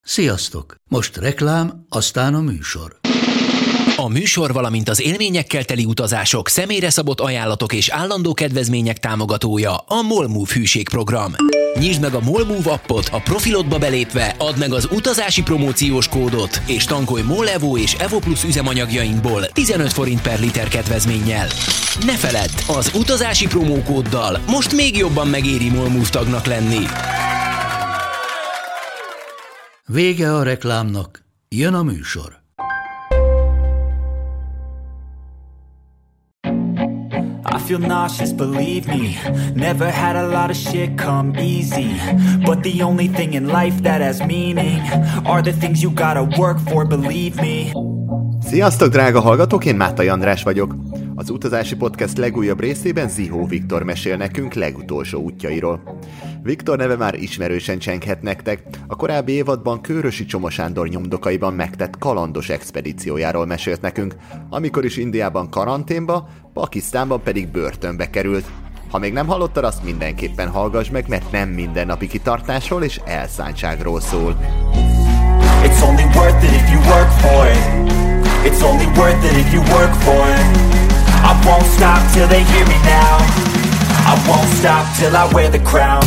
Sziasztok! Most reklám, aztán a műsor. A műsor, valamint az élményekkel teli utazások, személyre szabott ajánlatok és állandó kedvezmények támogatója a MOLMOVE hűségprogram. Nyisd meg a MOLMOVE appot, a profilodba belépve add meg az utazási promóciós kódot, és tankolj MOL Evo és Evo Plus üzemanyagjainkból 15 forint per liter kedvezménnyel. Ne feledd, az utazási promókóddal most még jobban megéri MOLMOVE tagnak lenni. Vége a reklámnak, jön a műsor. I feel nauseous, believe me. Never had a lot of shit come easy. But the only thing in life that has meaning are the things you gotta work for, believe me. Sziasztok, drága hallgatók, én Mátai András vagyok. Az Utazási Podcast legújabb részében Zihó Viktor mesél nekünk legutolsó útjairól. Viktor neve már ismerősen csenghet nektek, a korábbi évadban Kőrösi Csoma Sándor nyomdokaiban megtett kalandos expedíciójáról mesélt nekünk, amikor is Indiában karanténba, Pakisztánban pedig börtönbe került. Ha még nem hallottad, azt mindenképpen hallgass meg, mert nem mindennapi kitartásról és elszántságról szól. It's only worth it if you work for it. It's only worth it if you work for it. I won't stop till they hear me now. I won't stop till I wear the crown.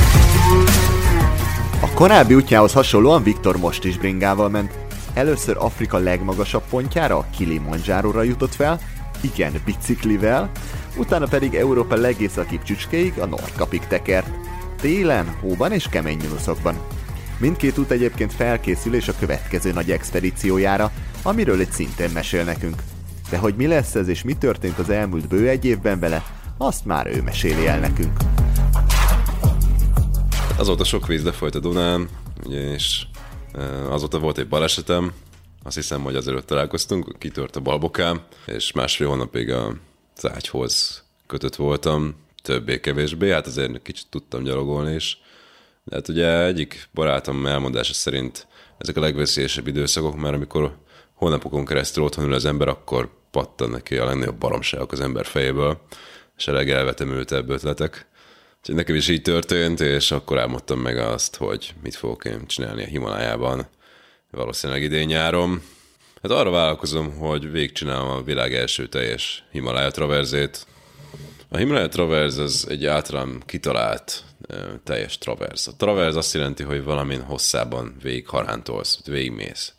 A korábbi útjához hasonlóan Viktor most is bringával ment. Először Afrika legmagasabb pontjára, a Kilimanjáróra jutott fel, igen, biciklivel, utána pedig Európa legészakibb csücskéig, a Nordkapig tekert. Télen, hóban és kemény mínuszokban. Mindkét út egyébként felkészülés a következő nagy expedíciójára, amiről egy szintén mesél nekünk. De hogy mi lesz ez és mi történt az elmúlt bő egy évben vele, azt már ő meséli el nekünk. Azóta sok víz lefolyt a Dunán, és azóta volt egy balesetem, azt hiszem, hogy azelőtt találkoztunk, kitört a balbokám, és másfél hónapig az ágyhoz kötött voltam, többé-kevésbé, hát azért kicsit tudtam gyalogolni is. De hát ugye egyik barátom elmondása szerint ezek a legveszélyesebb időszakok, mert amikor hónapokon keresztül otthon ül az ember, akkor pattan neki a legnagyobb baromságok az ember fejéből, és a legelvetemültebb ötletek. Úgyhogy nekem is így történt, és akkor álmodtam meg azt, hogy mit fogok én csinálni a Himalájában, valószínűleg idén nyáron. Hát arra vállalkozom, hogy végigcsinálom a világ első teljes Himalája traverzét. A Himalája traverz az egy általán kitalált teljes traverz. A traverz azt jelenti, hogy valamin hosszában végig harántolsz, végigmész.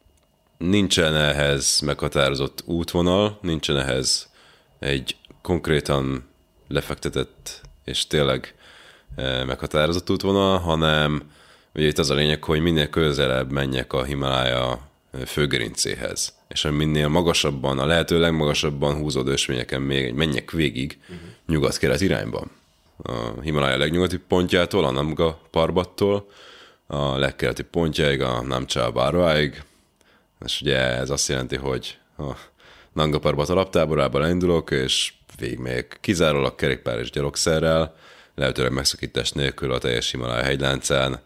Nincsen ehhez meghatározott útvonal, nincsen ehhez egy konkrétan lefektetett és tényleg meghatározott útvonal, hanem ugye itt az a lényeg, hogy minél közelebb menjek a Himalája főgerincéhez. És hogy minél magasabban, a lehető legmagasabban húzódó ösvényeken még menjek végig nyugat-kelet irányban. A Himalája legnyugati pontjától, a Nanga Parbattól, a legkeleti pontjáig, a Namcha Barwaig. És ugye ez azt jelenti, hogy a Nanga Parbat alaptáborából elindulok, és végigmegyek kizárólag kerékpár és gyalogszerrel, lehetőleg megszakítás nélkül a teljes Himalája hegyláncán,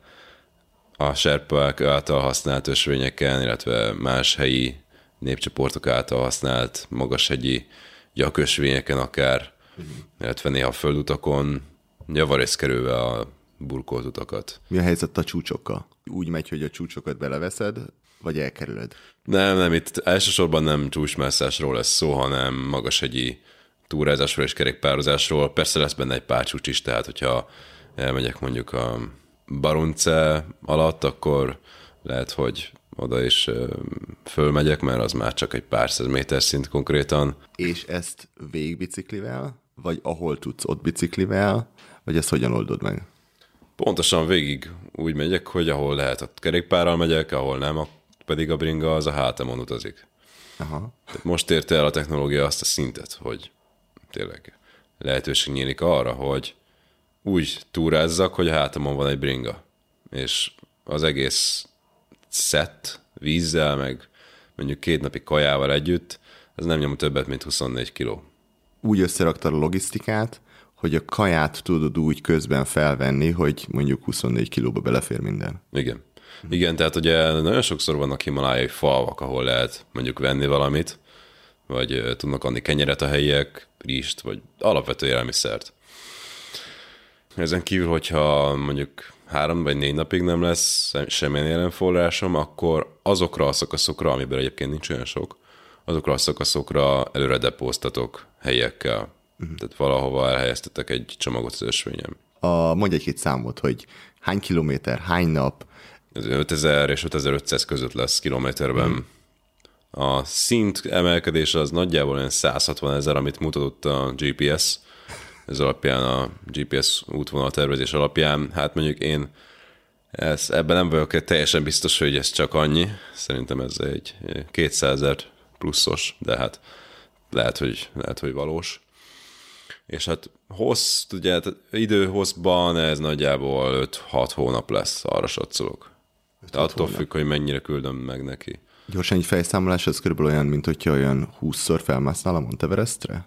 a serpák által használt ösvényeken, illetve más helyi népcsoportok által használt magashegyi gyakösvényeken akár, illetve néha földutakon, javarészt a burkolt utakat. Mi a helyzet a csúcsokkal? Úgy megy, hogy a csúcsokat beleveszed, vagy elkerüled? Nem, itt elsősorban nem csúcsmászásról lesz szó, hanem magashegyi túrázásról és kerékpározásról. Persze lesz benne egy pár csúcs is, tehát hogyha elmegyek mondjuk a Barunce alatt, akkor lehet, hogy oda is fölmegyek, mert az már csak egy pár száz méter szint konkrétan. És ezt végigbiciklivel, vagy ahol tudsz ott biciklivel, vagy ezt hogyan oldod meg? Pontosan végig úgy megyek, hogy ahol lehet, ott kerékpárral megyek, ahol nem, pedig a bringa az a hátamon utazik. Aha. Tehát most érte el a technológia azt a szintet, hogy tényleg lehetőség nyílik arra, hogy úgy túrázzak, hogy a hátamon van egy bringa. És az egész szett vízzel, meg mondjuk 2 napi kajával együtt, ez nem nyom többet, mint 24 kiló. Úgy összeraktad a logisztikát, hogy a kaját tudod úgy közben felvenni, hogy mondjuk 24 kilóba belefér minden. Igen. Igen, tehát ugye nagyon sokszor vannak himalájai falvak, ahol lehet mondjuk venni valamit, vagy tudnak adni kenyeret a helyiek, rizst, vagy alapvető élelmiszert. Ezen kívül, hogyha mondjuk 3 vagy 4 napig nem lesz semmilyen jelenforrásom, akkor azokra a szakaszokra, amiből egyébként nincs olyan sok, azokra a szakaszokra előre depóztatok helyekkel. Tehát valahova elhelyeztetek egy csomagot az ösvényem. Mondj egy-két számot, hogy hány kilométer, hány nap? Ez 5000 és 5500 között lesz kilométerben. A szint emelkedés az nagyjából olyan 160 000, amit mutatott a GPS. Ez alapján a GPS útvonal tervezés alapján. Hát mondjuk én ebben nem vagyok teljesen biztos, hogy ez csak annyi. Szerintem ez egy 200 000 pluszos, de hát lehet, hogy valós. És hát ugye időhosszban ez nagyjából 5-6 hónap lesz, arra satszolok. Attól függ, hogy mennyire küldöm meg neki. Gyorsan egy fejszámolás, ez körülbelül olyan, mint hogyha olyan 20-szor felmásznál a Monteverestre?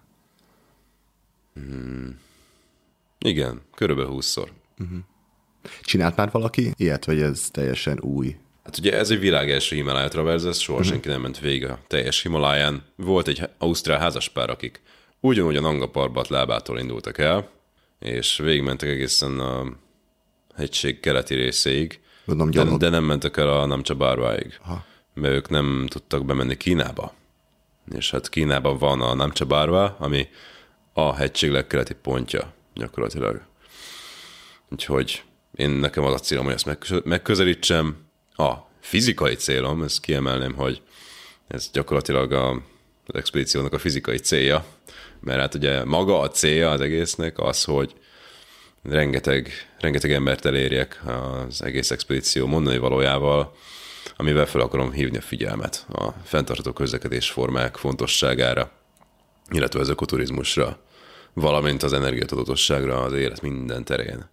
Igen, körülbelül 20-szor. Csinált már valaki ilyet, vagy ez teljesen új? Hát ugye ez egy világ első Himalaya Traverse, soha senki nem ment végig a teljes Himaláján. Volt egy ausztrál házaspár, akik ugyanúgy a Nanga Parbat lábától indultak el, és végigmentek egészen a hegység keleti részéig, de nem mentek el a Namcha Barváig, mert ők nem tudtak bemenni Kínába. És hát Kínában van a Namcha Barva, ami a hegység legkeleti pontja gyakorlatilag. Úgyhogy nekem az a célom, hogy ezt megközelítsem. A fizikai célom, ezt kiemelném, hogy ez gyakorlatilag az expedíciónak a fizikai célja, mert hát ugye maga a célja az egésznek az, hogy rengeteg embert elérjek az egész expedíció mondani valójával, amivel fel akarom hívni a figyelmet a fenntartható közlekedés formák fontosságára, illetve az ökoturizmusra, valamint az energiatudatosságra az élet minden terén.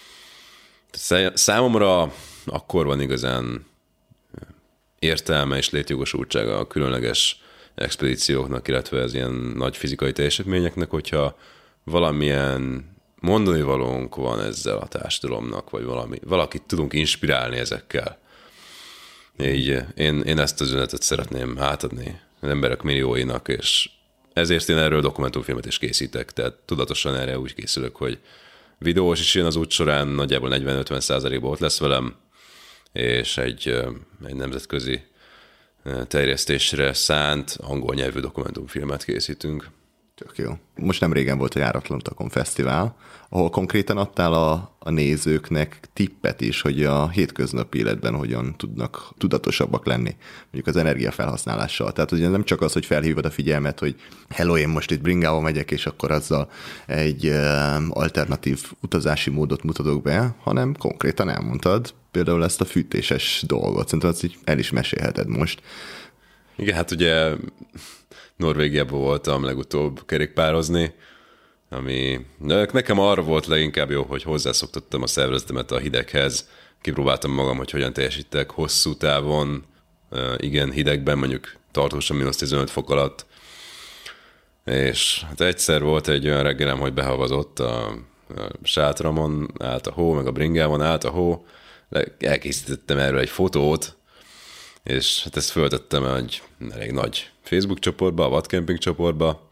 Számomra akkor van igazán értelme és létjogosultsága a különleges expedícióknak, illetve az ilyen nagy fizikai teljesítményeknek, hogyha valamilyen mondani valónk van ezzel a társadalomnak, vagy valakit tudunk inspirálni ezekkel. Így én ezt az üzenetet szeretném átadni az emberek millióinak, és ezért én erről dokumentumfilmet is készítek, tehát tudatosan erre úgy készülök, hogy videós is jön az út során, nagyjából 40-50%-ban ott lesz velem, és egy nemzetközi terjesztésre szánt angol nyelvű dokumentumfilmet készítünk. Tök jó. Most nem régen volt a Járatlan Utakon Fesztivál, ahol konkrétan adtál a nézőknek tippet is, hogy a hétköznapi életben hogyan tudnak tudatosabbak lenni, mondjuk az energiafelhasználással. Tehát ugye nem csak az, hogy felhívod a figyelmet, hogy hello, én most itt bringával megyek, és akkor azzal egy alternatív utazási módot mutatok be, hanem konkrétan elmondtad például ezt a fűtéses dolgot. Szerintem azt így el is mesélheted most. Igen, hát ugye Norvégiában voltam legutóbb kerékpározni, ami nekem arra volt leginkább jó, hogy hozzászoktattam a szervezetemet a hideghez, kipróbáltam magam, hogy hogyan teljesítek hosszú távon, igen, hidegben, mondjuk tartósan -15 fok alatt, és hát egyszer volt egy olyan reggelem, hogy behavazott a sátramon, állt a hó, meg a bringában állt a hó, elkészítettem erről egy fotót, és hát ezt föltettem egy elég nagy Facebook csoportba, a vadcamping csoportba,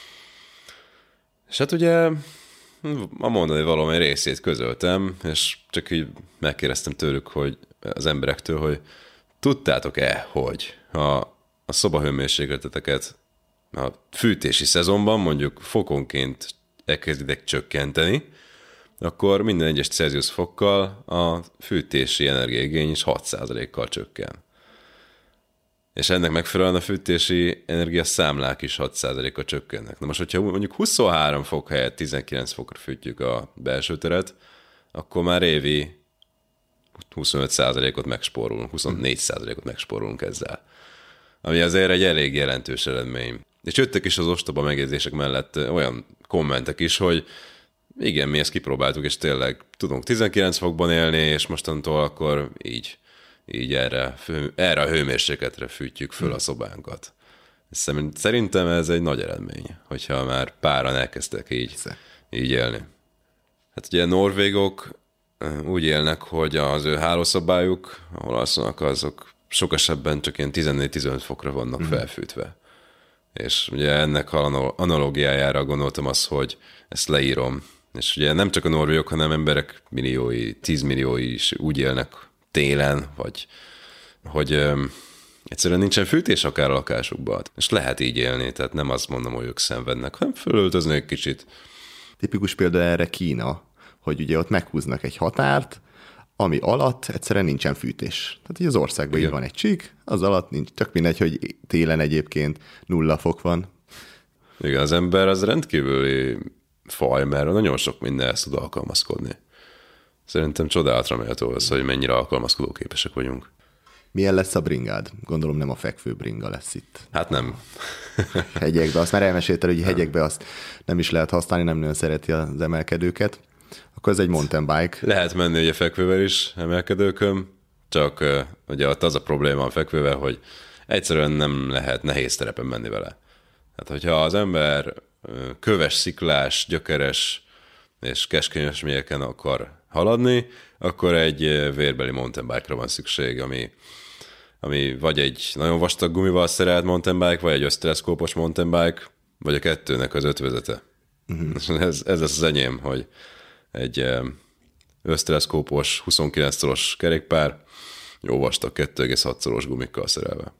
és hát ugye a mondani valami részét közöltem, és csak így megkérdeztem tőlük, hogy az emberektől, hogy tudtátok-e, hogy a szobahőmérsékleteteket a fűtési szezonban mondjuk fokonként elkezditek csökkenteni, akkor minden egyes Celsius fokkal a fűtési energiaigény is 6%-kal csökken. És ennek megfelelően a fűtési energiaszámlák is 6%-kal csökkennek. Na most, hogyha mondjuk 23 fok helyett 19 fokra fűtjük a belső teret, akkor már évi 25%-ot megspórolunk, 24%-ot megspórolunk ezzel. Ami azért egy elég jelentős eredmény. És jöttek is az ostoba megjegyzések mellett olyan kommentek is, hogy igen, mi ezt kipróbáltuk, és tényleg tudunk 19 fokban élni, és mostantól akkor így erre a hőmérsékletre fűtjük föl a szobánkat. Szerintem ez egy nagy eredmény, hogyha már páran elkezdtek így élni. Hát ugye norvégok úgy élnek, hogy az ő hálószobájuk, ahol alszanak, azok sok esetben csak ilyen 14-15 fokra vannak felfűtve. És ugye ennek analógiájára gondoltam azt, hogy ezt leírom És ugye nem csak a norvégok, hanem emberek milliói, 10 milliói is úgy élnek télen, vagy hogy egyszerűen nincsen fűtés akár a lakásukban. És lehet így élni, tehát nem azt mondom, hogy ők szenvednek, hanem fölöltöznek kicsit. Tipikus példa erre Kína, hogy ugye ott meghúznak egy határt, ami alatt egyszerűen nincsen fűtés. Tehát így az országban így van egy csík, az alatt nincs, csak mindegy, hogy télen egyébként 0 fok van. Igen, az ember az rendkívüli faj, mert nagyon sok mindenhez tud alkalmazkodni. Szerintem csodálatra méltó az, hogy mennyire alkalmazkodóképesek vagyunk. Milyen lesz a bringád? Gondolom nem a fekvő bringa lesz itt. Hát nem. Hegyekbe, azt már elmesélted, hogy hegyekbe azt nem is lehet használni, nem nagyon szereti az emelkedőket. Akkor ez egy mountain bike. Lehet menni ugye fekvővel is emelkedőkön, csak ugye ott az a probléma a fekvővel, hogy egyszerűen nem lehet nehéz terepen menni vele. Hát hogyha az ember köves, sziklás, gyökeres és keskenyös mélyeken akar haladni, akkor egy vérbeli mountain bike-ra van szükség, ami vagy egy nagyon vastag gumival szerelt mountain bike, vagy egy összteleszkópos mountain bike, vagy a kettőnek az ötvözete. Ez lesz az enyém, hogy egy összteleszkópos 29 szoros kerékpár, jó vastag 2,6 szoros gumikkal szerelve.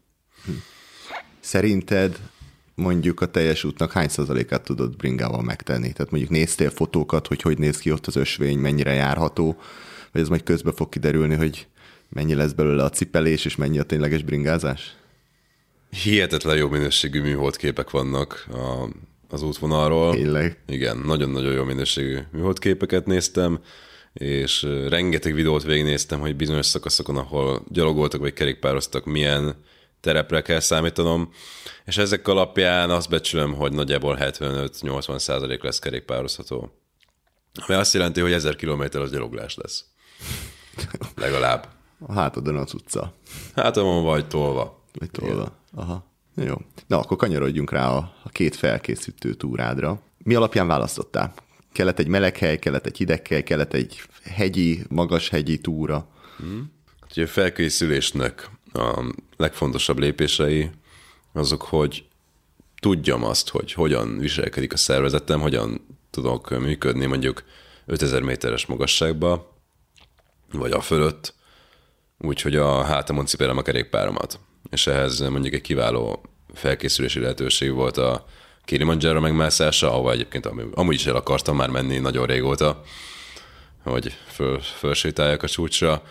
Szerinted mondjuk a teljes útnak hány százalékát tudod bringával megtenni? Tehát mondjuk néztél fotókat, hogy néz ki ott az ösvény, mennyire járható, vagy ez majd közben fog kiderülni, hogy mennyi lesz belőle a cipelés, és mennyi a tényleges bringázás? Hihetetlen jó minőségű műholdképek vannak az útvonalról. Tényleg? Igen, nagyon-nagyon jó minőségű műholdképeket néztem, és rengeteg videót végignéztem, hogy bizonyos szakaszokon, ahol gyalogoltak vagy kerékpároztak, milyen terepre kell számítanom, és ezek alapján azt becsülöm, hogy nagyjából 75-80% lesz kerékpározható. Ami azt jelenti, hogy 1000 kilométer az gyaloglás lesz. Legalább. A hátadon az utca. Hátamon vagy tolva. Vagy tolva. Aha. Jó. Na, akkor kanyarodjunk rá a két felkészítő túrádra. Mi alapján választottál? Kellett egy meleg hely, kellett egy hideg hely, kellett egy hegyi, magas hegyi túra? A felkészülésnek a legfontosabb lépései azok, hogy tudjam azt, hogy hogyan viselkedik a szervezetem, hogyan tudok működni mondjuk 5000 méteres magasságba, vagy a fölött, úgyhogy a hátamon cipelem a kerékpáromat. És ehhez mondjuk egy kiváló felkészülési lehetőség volt a Kilimanjaro megmászása, ahol egyébként amúgy is el akartam már menni nagyon régóta, hogy fölsétáljak a csúcsra.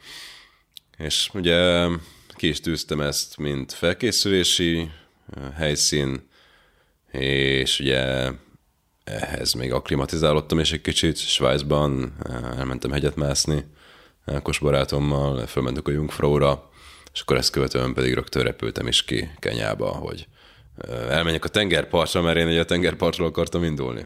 És ugye ki is tűztem ezt, mint felkészülési helyszín, és ugye ehhez még akklimatizálódtam is egy kicsit. Svájcban elmentem hegyet mászni Ákos barátommal, fölmentük a Jungfraura, és akkor ezt követően pedig rögtön repültem is ki Kenyába, hogy elmenjek a tengerpartra, mert én ugye a tengerpartról akartam indulni.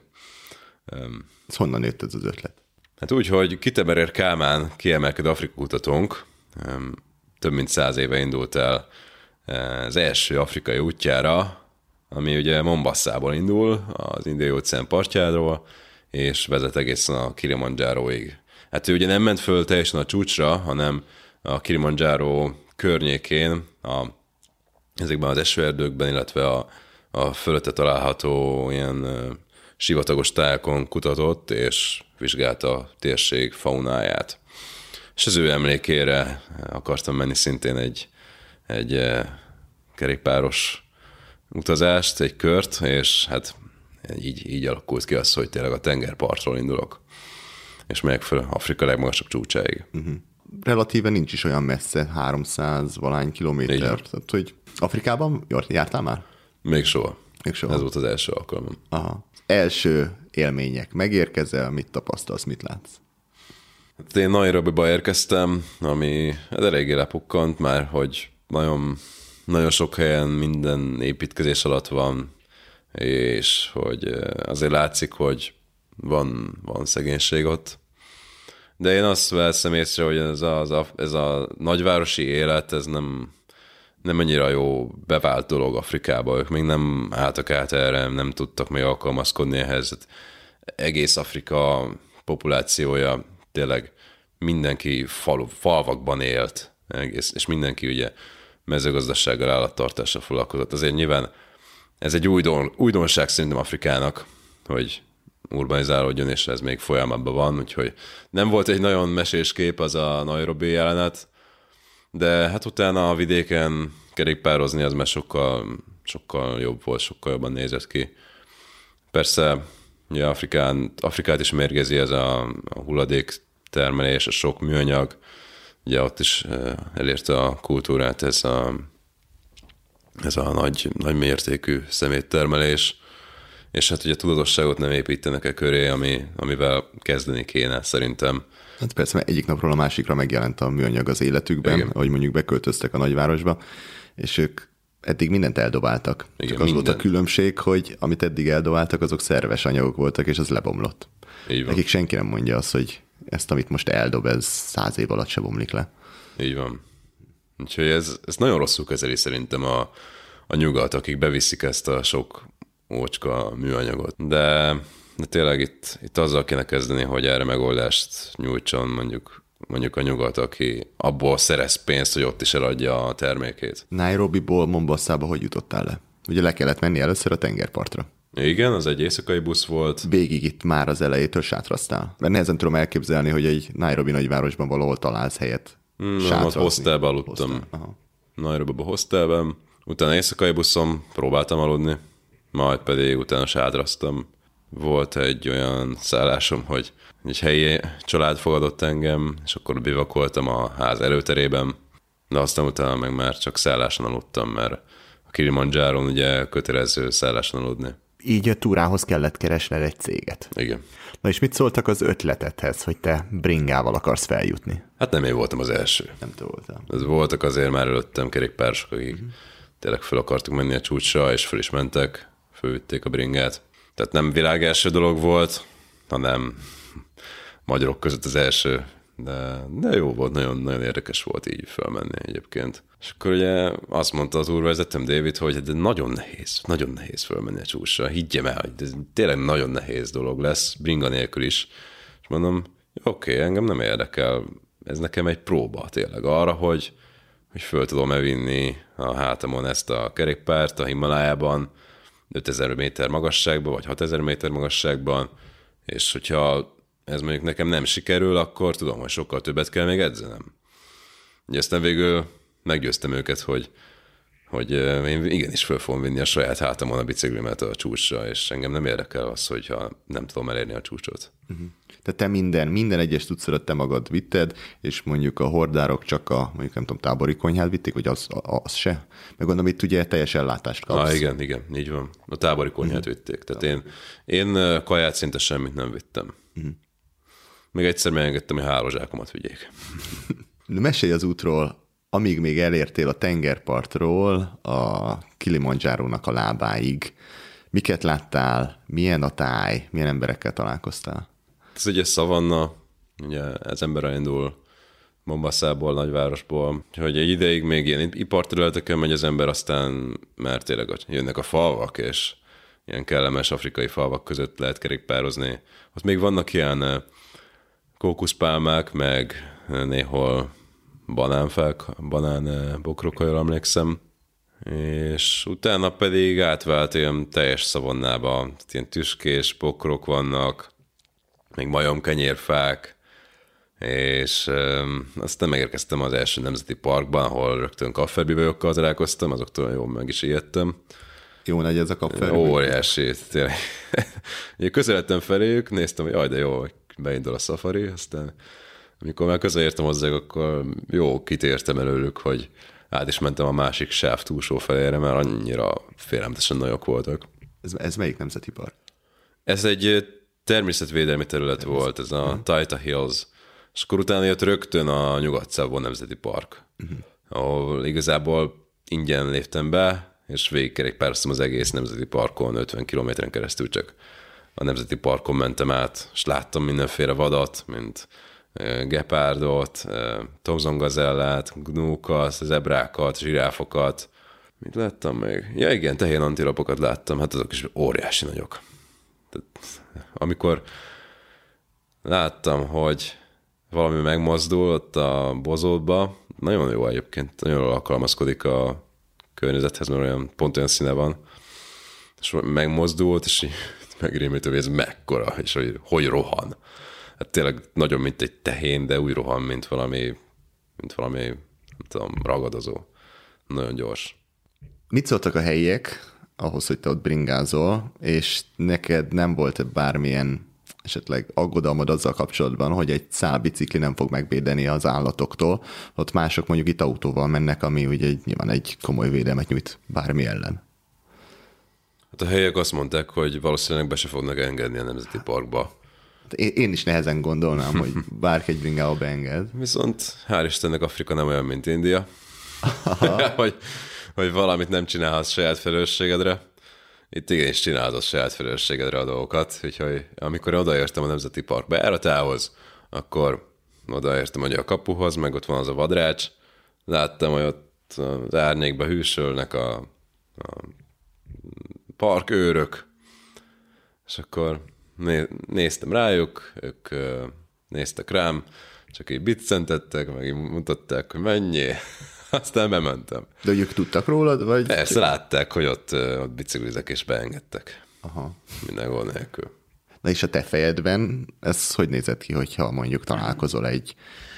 Ez honnan jött ez az ötlet? Hát úgy, hogy Kiteberer Kálmán kiemelkedő Afrika kutatónk több mint 100 éve indult el az első afrikai útjára, ami ugye Mombasszából indul, az Indiai-óceán partjáról, és vezet egészen a Kilimanjáróig. Hát ő ugye nem ment föl teljesen a csúcsra, hanem a Kilimanjáró környékén, ezekben az esőerdőkben, illetve a fölötte található ilyen sivatagos tájakon kutatott, és vizsgálta a térség faunáját. És az ő emlékére akartam menni szintén egy kerékpáros utazást, egy kört, és hát így alakult ki az, hogy tényleg a tengerpartról indulok, és megyek fel Afrika legmagasabb csúcsáig. Relatíve nincs is olyan messze, 300 valány kilométer. Tehát, hogy Afrikában jártál már? Még soha. Még soha. Ez volt az első alkalmam. Aha. Első élmények. Megérkezel, mit tapasztalsz, mit látsz? Hát én Nairobiba érkeztem, ami eléggé lepukkant már, hogy nagyon, nagyon sok helyen minden építkezés alatt van, és hogy azért látszik, hogy van szegénység ott. De én azt veszem észre, hogy ez a nagyvárosi élet, ez nem annyira jó bevált dolog Afrikába. Ők még nem álltak át erre, nem tudtak még alkalmazkodni ehhez. Egész Afrika populációja tényleg mindenki falvakban élt, és mindenki ugye mezőgazdasággal, állattartással foglalkozott. Azért nyilván ez egy újdonság szerintem Afrikának, hogy urbanizálódjon, és ez még folyamatban van, úgyhogy nem volt egy nagyon mesés kép az a Nairobi jelenet, de hát utána a vidéken kerékpározni az már sokkal jobb volt, sokkal jobban nézett ki. Persze, ugye Afrikát is mérgezi ez a hulladék termelés, a sok műanyag, ugye ott is elérte a kultúrát ez a nagy mértékű szeméttermelés, és hát ugye tudatosságot nem építenek köré, amivel kezdeni kéne szerintem. Hát persze, mert egyik napról a másikra megjelent a műanyag az életükben, igen. Ahogy mondjuk beköltöztek a nagyvárosba, és ők eddig mindent eldobáltak. Igen, csak az volt a különbség, hogy amit eddig eldobáltak, azok szerves anyagok voltak, és az lebomlott. Nekik senki nem mondja azt, hogy ezt, amit most eldob, ez 100 év alatt se bomlik le. Így van. Úgyhogy ez nagyon rosszul kezeli szerintem a nyugat, akik beviszik ezt a sok ócska műanyagot. De tényleg itt azzal kéne kezdeni, hogy erre megoldást nyújtson mondjuk a nyugat, aki abból szerez pénzt, hogy ott is eladja a termékét. Nairobiból Mombasszába hogy jutottál le? Ugye le kellett menni először a tengerpartra. Igen, az egy éjszakai busz volt. Végig itt már az elejétől sátraztál. Mert nehezen tudom elképzelni, hogy egy Nairobi nagyvárosban valahol találsz helyet sátrazni. Hostelben aludtam. Nairobiban hostelben. Utána éjszakai buszon próbáltam aludni, majd pedig utána sátraztam. Volt egy olyan szállásom, hogy egy helyi család fogadott engem, és akkor bivakoltam a ház előterében, de aztán utána meg már csak szálláson aludtam, mert a Kilimanjáron ugye kötelező szálláson aludni. Így a túrához kellett keresned egy céget. Igen. Na és mit szóltak az ötletedhez, hogy te bringával akarsz feljutni? Hát nem én voltam az első. Nem te voltál. Ez voltak azért már előttem kerékpárosok, akik tényleg fel akartuk menni a csúcsra, és fel is mentek, fölvitték a bringát. Tehát nem világ első dolog volt, hanem magyarok között az első, de jó volt, nagyon, nagyon érdekes volt így felmenni egyébként. És akkor ugye azt mondta az úrvezetem David, hogy de nagyon nehéz felmenni a csúcsra, higgyem el, hogy ez tényleg nagyon nehéz dolog lesz, bringa nélkül is. És mondom, oké, engem nem érdekel, ez nekem egy próba tényleg arra, hogy föl tudom-e vinni a hátamon ezt a kerékpárt a Himalájában, 5000 méter magasságban, vagy 6000 méter magasságban, és hogyha ez mondjuk nekem nem sikerül, akkor tudom, hogy sokkal többet kell még edzenem. Ugye aztán végül meggyőztem őket, hogy én igenis föl fogom vinni a saját hátamon a biciklimet a csúcsra, és engem nem érdekel az, hogyha nem tudom elérni a csúcsot. Tehát te minden egyes tudszodat te magad vitted, és mondjuk a hordárok csak mondjuk nem tudom, tábori konyhát vitték, vagy az se? Meg gondolom, itt ugye teljes ellátást kapsz. Igen, így van. A tábori konyhát vitték. Tehát én kaját szinte semmit nem vittem. Még egyszer megengedtem, hogy hálózsákomat vigyék. De mesélj az útról, amíg még elértél a tengerpartról a Kilimanjárónak a lábáig. Miket láttál? Milyen a táj? Milyen emberekkel találkoztál? Ez ugye szavanna, ugye ez ember elindul Mombasszából, nagyvárosból, hogy egy ideig még ilyen iparterületeken megy az ember, aztán már tényleg jönnek a falvak, és ilyen kellemes afrikai falvak között lehet kerékpározni. Ott még vannak ilyen kókuszpálmák, meg néhol banánbokrok, ha jól emlékszem, és utána pedig átvált ilyen teljes szavannába, ilyen tüskés bokrok vannak, még majomkenyérfák, és aztán megérkeztem az első nemzeti parkban, ahol rögtön kapferbibajokkal találkoztam, azoktól jól meg is ijedtem. Jó nagy ez a kapferbi? Óriási, tényleg. Ugye közeledtem feléjük, néztem, hogy jaj, de jó, beindul a szafari, aztán amikor már közel értem hozzá, akkor jó, kitértem előlük, hogy át is mentem a másik sáv túlsó felére, mert annyira félelmetesen nagyok voltak. Ez melyik nemzeti park? Ez egy természetvédelmi terület volt, ez a Taita Hills, és akkor utána jött rögtön a Nyugat-Szávon Nemzeti Park, ahol igazából ingyen léptem be, és végigkerékpároztam az egész nemzeti parkon, 50 kilométeren keresztül csak a nemzeti parkon mentem át, és láttam mindenféle vadat, mint gepárdot, thomson-gazellát, gnókat, zebrákat, zsiráfokat. Mit láttam még? Ja igen, tehén antilopokat láttam, hát azok is óriási nagyok. Tehát, amikor láttam, hogy valami megmozdul ott a bozótba, nagyon jó egyébként, nagyon jól alkalmazkodik a környezethez, mert pont olyan színe van, és megmozdult, és így megrémítő, hogy ez mekkora, és hogy rohan. Hát tényleg nagyon, mint egy tehén, de úgy rohan, mint valami nem tudom, ragadozó. Nagyon gyors. Mit szóltak a helyiek ahhoz, hogy te ott bringázol, és neked nem volt bármilyen esetleg aggodalmad azzal kapcsolatban, hogy egy szálbicikli nem fog megvédeni az állatoktól, ott mások mondjuk itt autóval mennek, ami ugye nyilván egy komoly védelmet nyújt bármi ellen. Hát a helyiek azt mondták, hogy valószínűleg be se fognak engedni a Nemzeti Parkba. Én is nehezen gondolnám, hogy bárki egy bringába beenged. Viszont hál' Istennek Afrika nem olyan, mint India. hogy valamit nem csinálhatsz saját felelősségedre. Itt igenis csinálod saját felelősségedre a dolgokat. Úgyhogy amikor odaértem a Nemzeti Park bejáratához, akkor odaértem ugye a kapuhoz, meg ott van az a vadrács. Láttam, hogy ott az árnyékba hűsölnek a parkőrök, és akkor néztem rájuk, ők néztek rám, csak így biccentettek, meg így mutatták, hogy mennyi, aztán bementem. De ők tudtak rólad, vagy? Persze látták, hogy ott biciklizek, és beengedtek. Aha. Minden gond nélkül. Na és a te fejedben ez hogy nézett ki, hogyha mondjuk találkozol egy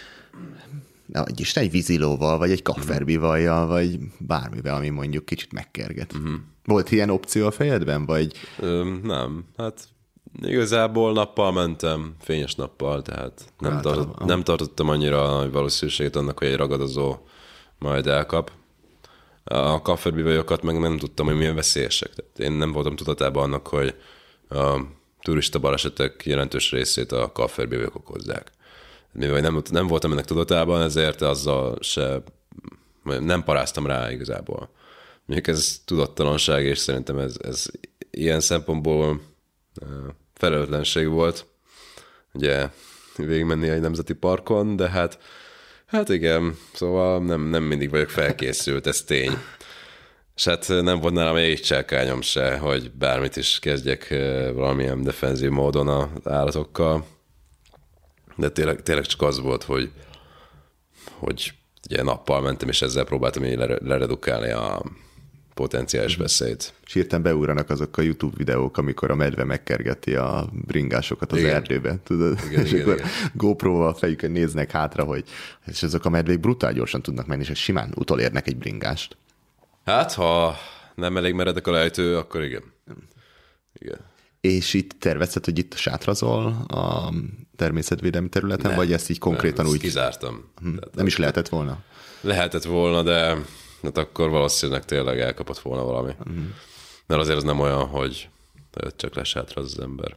vízilóval, vagy egy kapverbivajjal, vagy bármivel, ami mondjuk kicsit megkerget. Volt ilyen opció a fejedben, vagy? Nem, hát igazából nappal mentem, fényes nappal, tehát nem tartottam annyira nagy valószínűséget annak, hogy egy ragadozó majd elkap. A kapverbivajokat meg nem tudtam, hogy milyen veszélyesek. Tehát én nem voltam tudatában annak, hogy a turista balesetek jelentős részét a kapverbivajok okozzák. Mivel nem voltam ennek tudatában, ezért azzal se nem paráztam rá igazából. Mondjuk ez tudattalanság, és szerintem ez ilyen szempontból felelőtlenség volt, ugye végigmenni egy nemzeti parkon, de hát igen, szóval nem mindig vagyok felkészült, ez tény. És hát nem volt nálam egy cselkányom se, hogy bármit is kezdjek valamilyen defenzív módon az állatokkal, de tényleg csak az volt, hogy ugye nappal mentem, és ezzel próbáltam így leredukálni a potenciális veszélyt. És hirtelen beugranak azok a YouTube videók, amikor a medve megkergeti a bringásokat az erdőbe, tudod? Igen, és akkor GoPro-val fejükön néznek hátra, és azok a medvék brutál gyorsan tudnak menni, és simán utolérnek egy bringást. Hát, ha nem elég meredek a lejtő, akkor igen. Igen. És itt tervezted, hogy itt sátrazol a természetvédelmi területen, vagy ezt így konkrétan úgy... kizártam. Nem is lehetett volna? Lehetett volna, de hát akkor valószínűleg tényleg elkapott volna valami. Mert azért az nem olyan, hogy csak lesátraz az ember.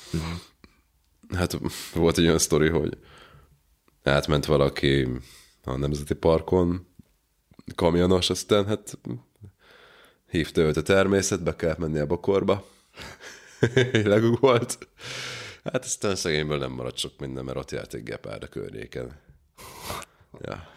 Hát volt egy olyan sztori, hogy átment valaki a Nemzeti Parkon, kamionos, aztán hát hívta őt a természet, be kellett menni a bokorba. Legugolt. Hát aztán szegényből nem maradt sok minden, mert ott járt egy gepárd a környéken. Ja.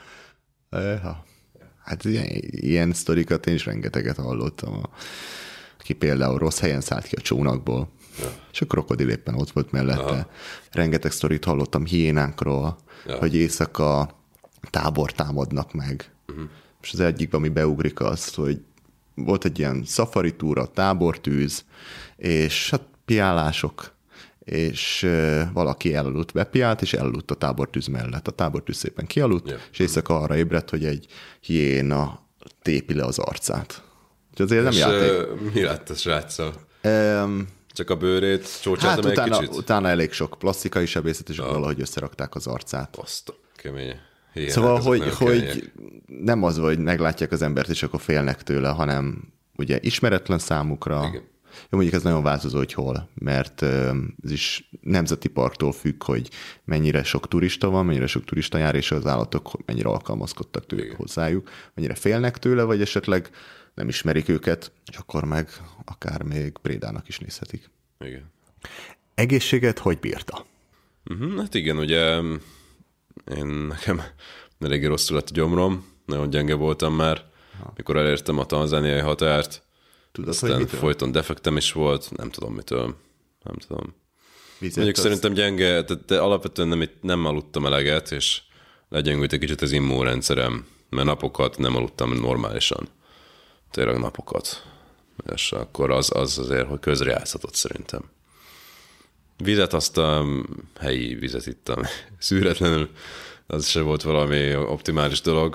Hát ilyen sztorikat én is rengeteget hallottam. Aki például rossz helyen szállt ki a csónakból, és a krokodil éppen ott volt mellette. Aha. Rengeteg sztorit hallottam hiénánkról, hogy éjszaka tábor támadnak meg. És az egyikben, ami beugrik az, hogy volt egy ilyen szafari túra, tábortűz, és hát piálások, és valaki elaludt, bepiált, és elaludt a tábortűz mellett. A tábortűz szépen kialudt, és éjszaka arra ébredt, hogy egy hiéna tépi le az arcát. Úgyhogy azért nem játék. Mi lett a sráccal? Csak a bőrét csócsáltam egy kicsit? Utána elég sok plastikai sebészet, és valahogy összerakták az arcát. Azt kemény. Szóval, hogy nem az, hogy meglátják az embert, és akkor félnek tőle, hanem ugye ismeretlen számukra. Igen. Jó, mondjuk ez nagyon változó, hogy hol, mert ez is nemzeti parktól függ, hogy mennyire sok turista van, mennyire sok turista jár, és az állatok mennyire alkalmazkodtak tőle hozzájuk, mennyire félnek tőle, vagy esetleg nem ismerik őket, és akkor meg akár még prédának is nézhetik. Igen. Egészséget hogy bírta? Hát igen, ugye nekem elég rosszul lett a gyomrom, nagyon gyenge voltam már, mikor elértem a tanzániai határt. Tudod, aztán hogy mitől? folyton defektem is volt, nem tudom mitől. Nem tudom. Mondjuk az... szerintem gyenge, de alapvetően nem aludtam eleget, és legyengült egy kicsit az immunrendszerem, mert napokat nem aludtam normálisan. Tényleg napokat. és akkor az azért, hogy közrejátszhatott szerintem. Vizet, azt a helyi vizet ittam szűretlenül, az se volt valami optimális dolog.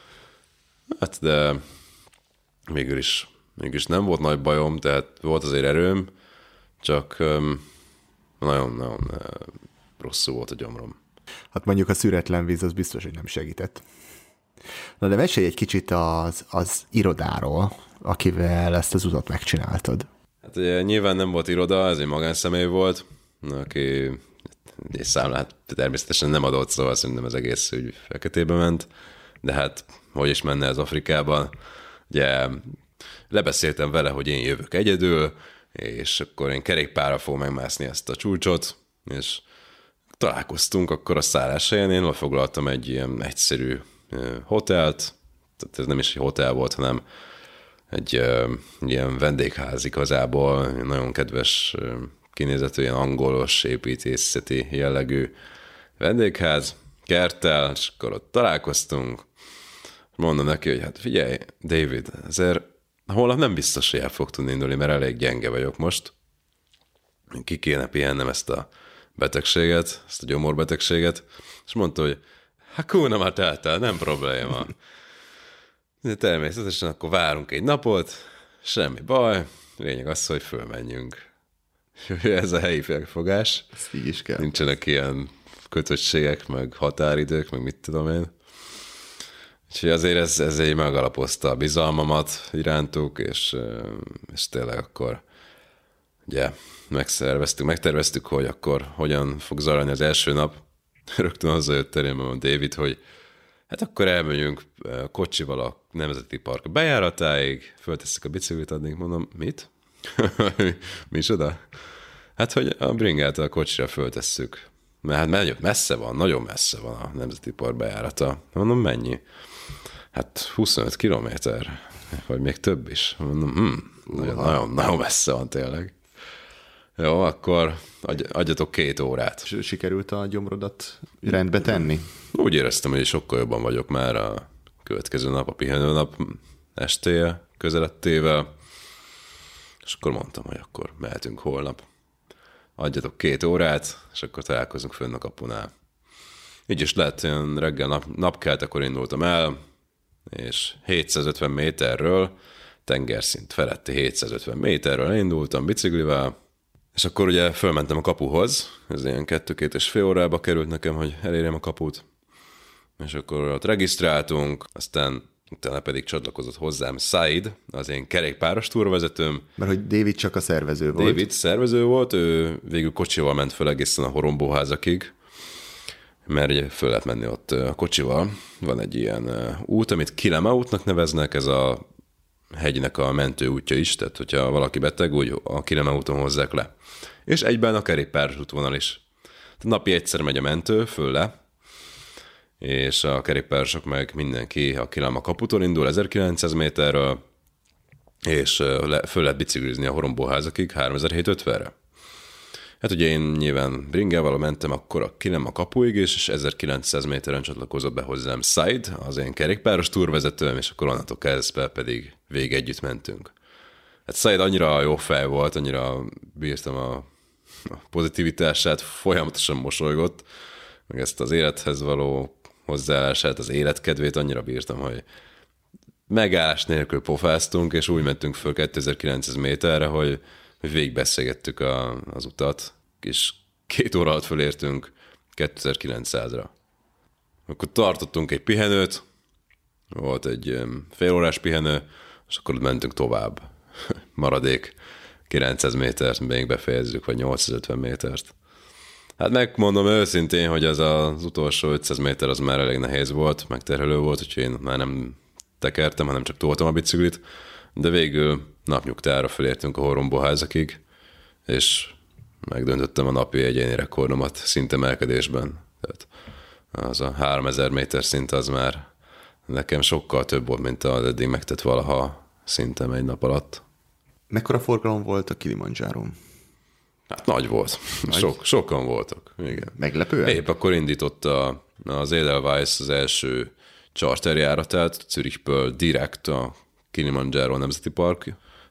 Hát de végül is nem volt nagy bajom, tehát volt azért erőm, csak nagyon-nagyon rosszul volt a gyomrom. Hát mondjuk a szüretlen víz az biztos, hogy nem segített. Na de mesélj egy kicsit az irodáról, akivel ezt az utat megcsináltad. Hát ugye, nyilván nem volt iroda, ez egy magánszemély volt, aki egy számlát természetesen nem adott, szóval szerintem az egész ügy feketébe ment, de hát hogy is menne ez Afrikában. Ugye lebeszéltem vele, hogy én jövök egyedül, és akkor én kerékpárral fogom megmászni ezt a csúcsot, és találkoztunk akkor a szálláshelyen, én lefoglaltam egy ilyen egyszerű hotelt, tehát ez nem is egy hotel volt, hanem egy ilyen vendégház igazából, nagyon kedves kinézetű, ilyen angolos, építészeti jellegű vendégház, kerttel, és akkor ott találkoztunk. Mondom neki, hogy hát figyelj, David, azért holnap nem biztos, hogy el fog tudni indulni, mert elég gyenge vagyok most. Ki kéne pihennem ezt a betegséget, ezt a gyomorbetegséget, és mondta, hogy Hakuna Matata, nem probléma. De természetesen akkor várunk egy napot, semmi baj, lényeg az, hogy fölmenjünk. Ez a helyi felfogás. Ezt így is kell. Nincsenek ilyen kötöttségek, meg határidők, meg mit tudom én. Úgyhogy azért ez így megalapozta a bizalmamat irántuk, és tényleg akkor ugye megterveztük, hogy akkor hogyan fog zajlani az első nap. Rögtön azzal jött elém David, hogy hát akkor elmegyünk kocsival a Nemzeti Park bejáratáig, föltesszük a biciklit, addig mondom, mit? Micsoda? Hát, hogy a bringát a kocsira föltesszük. Mert hát messze van, nagyon messze van a Nemzeti Park bejárata. Mondom, mennyi? Hát 25 kilométer, vagy még több is. Mondom, nagyon messze van tényleg. Jó, akkor adjatok 2 órát. Sikerült a gyomrodat rendbe tenni? Úgy éreztem, hogy sokkal jobban vagyok már a következő nap, a pihenőnap estéje közelettével, és akkor mondtam, hogy akkor mehetünk holnap. Adjatok 2 órát, és akkor találkozunk fönn a kapunál. Így is lett, én reggel napkeltekor indultam el, és 750 méterről, tengerszint feletti 750 méterről indultam biciklivel, és akkor ugye fölmentem a kapuhoz, ez ilyen 2-2,5 órába került nekem, hogy elérjem a kaput, és akkor ott regisztráltunk, aztán utána pedig csatlakozott hozzám Said, az én kerékpáros túravezetőm. Mert hogy David csak a szervező volt. David szervező volt, ő végül kocsival ment föl egészen a Horombóházakig, mert ugye föl lehet menni ott a kocsival. Van egy ilyen út, amit Kilema útnak neveznek, ez a hegynek a mentő útja is, tehát hogyha valaki beteg, úgy a Kilema úton hozzák le. És egyben a kerékpáros útvonal is. Tehát napi egyszer megy a mentő, föl le, és a kerékpárosok meg mindenki a Kilema kaputól indul 1900 méterről, és föl lehet biciklizni a Horombóházakig 3750-re. Hát ugye én nyilván bringával mentem akkor a Kilema kapuig, és 1900 méteren csatlakozott be hozzám Said, az én kerékpáros túrvezetőm, és akkor onnantól kezdve pedig végig együtt mentünk. Hát Said annyira jó fej volt, annyira bírtam a pozitivitását, folyamatosan mosolygott, meg ezt az élethez való hozzáállását, az életkedvét annyira bírtam, hogy megállás nélkül pofáztunk, és úgy mentünk föl 2900 méterre, hogy végigbeszélgettük az utat, és 2 óra alatt fölértünk 2900-ra. Akkor tartottunk egy pihenőt, volt egy fél órás pihenő, és akkor mentünk tovább. Maradék 900 métert, még befejezzük, vagy 850 métert. Hát megmondom őszintén, hogy ez az utolsó 500 méter az már elég nehéz volt, megterhelő volt, úgyhogy én már nem tekertem, hanem csak toltam a biciklit, de végül napnyugtára felértünk a Horombóházakig, és megdöntöttem a napi egyéni rekordomat szintemelkedésben. Tehát az a 3000 méter szint az már nekem sokkal több volt, mint az eddig megtett valaha szintem egy nap alatt. Mekkora forgalom volt a Kilimanjárón? Hát nagy volt. Sokan voltak. Igen. Meglepően? Épp akkor indította az Edelweiss az első charterjáratát Zürichből direkt a Kilimanjáró Nemzeti Park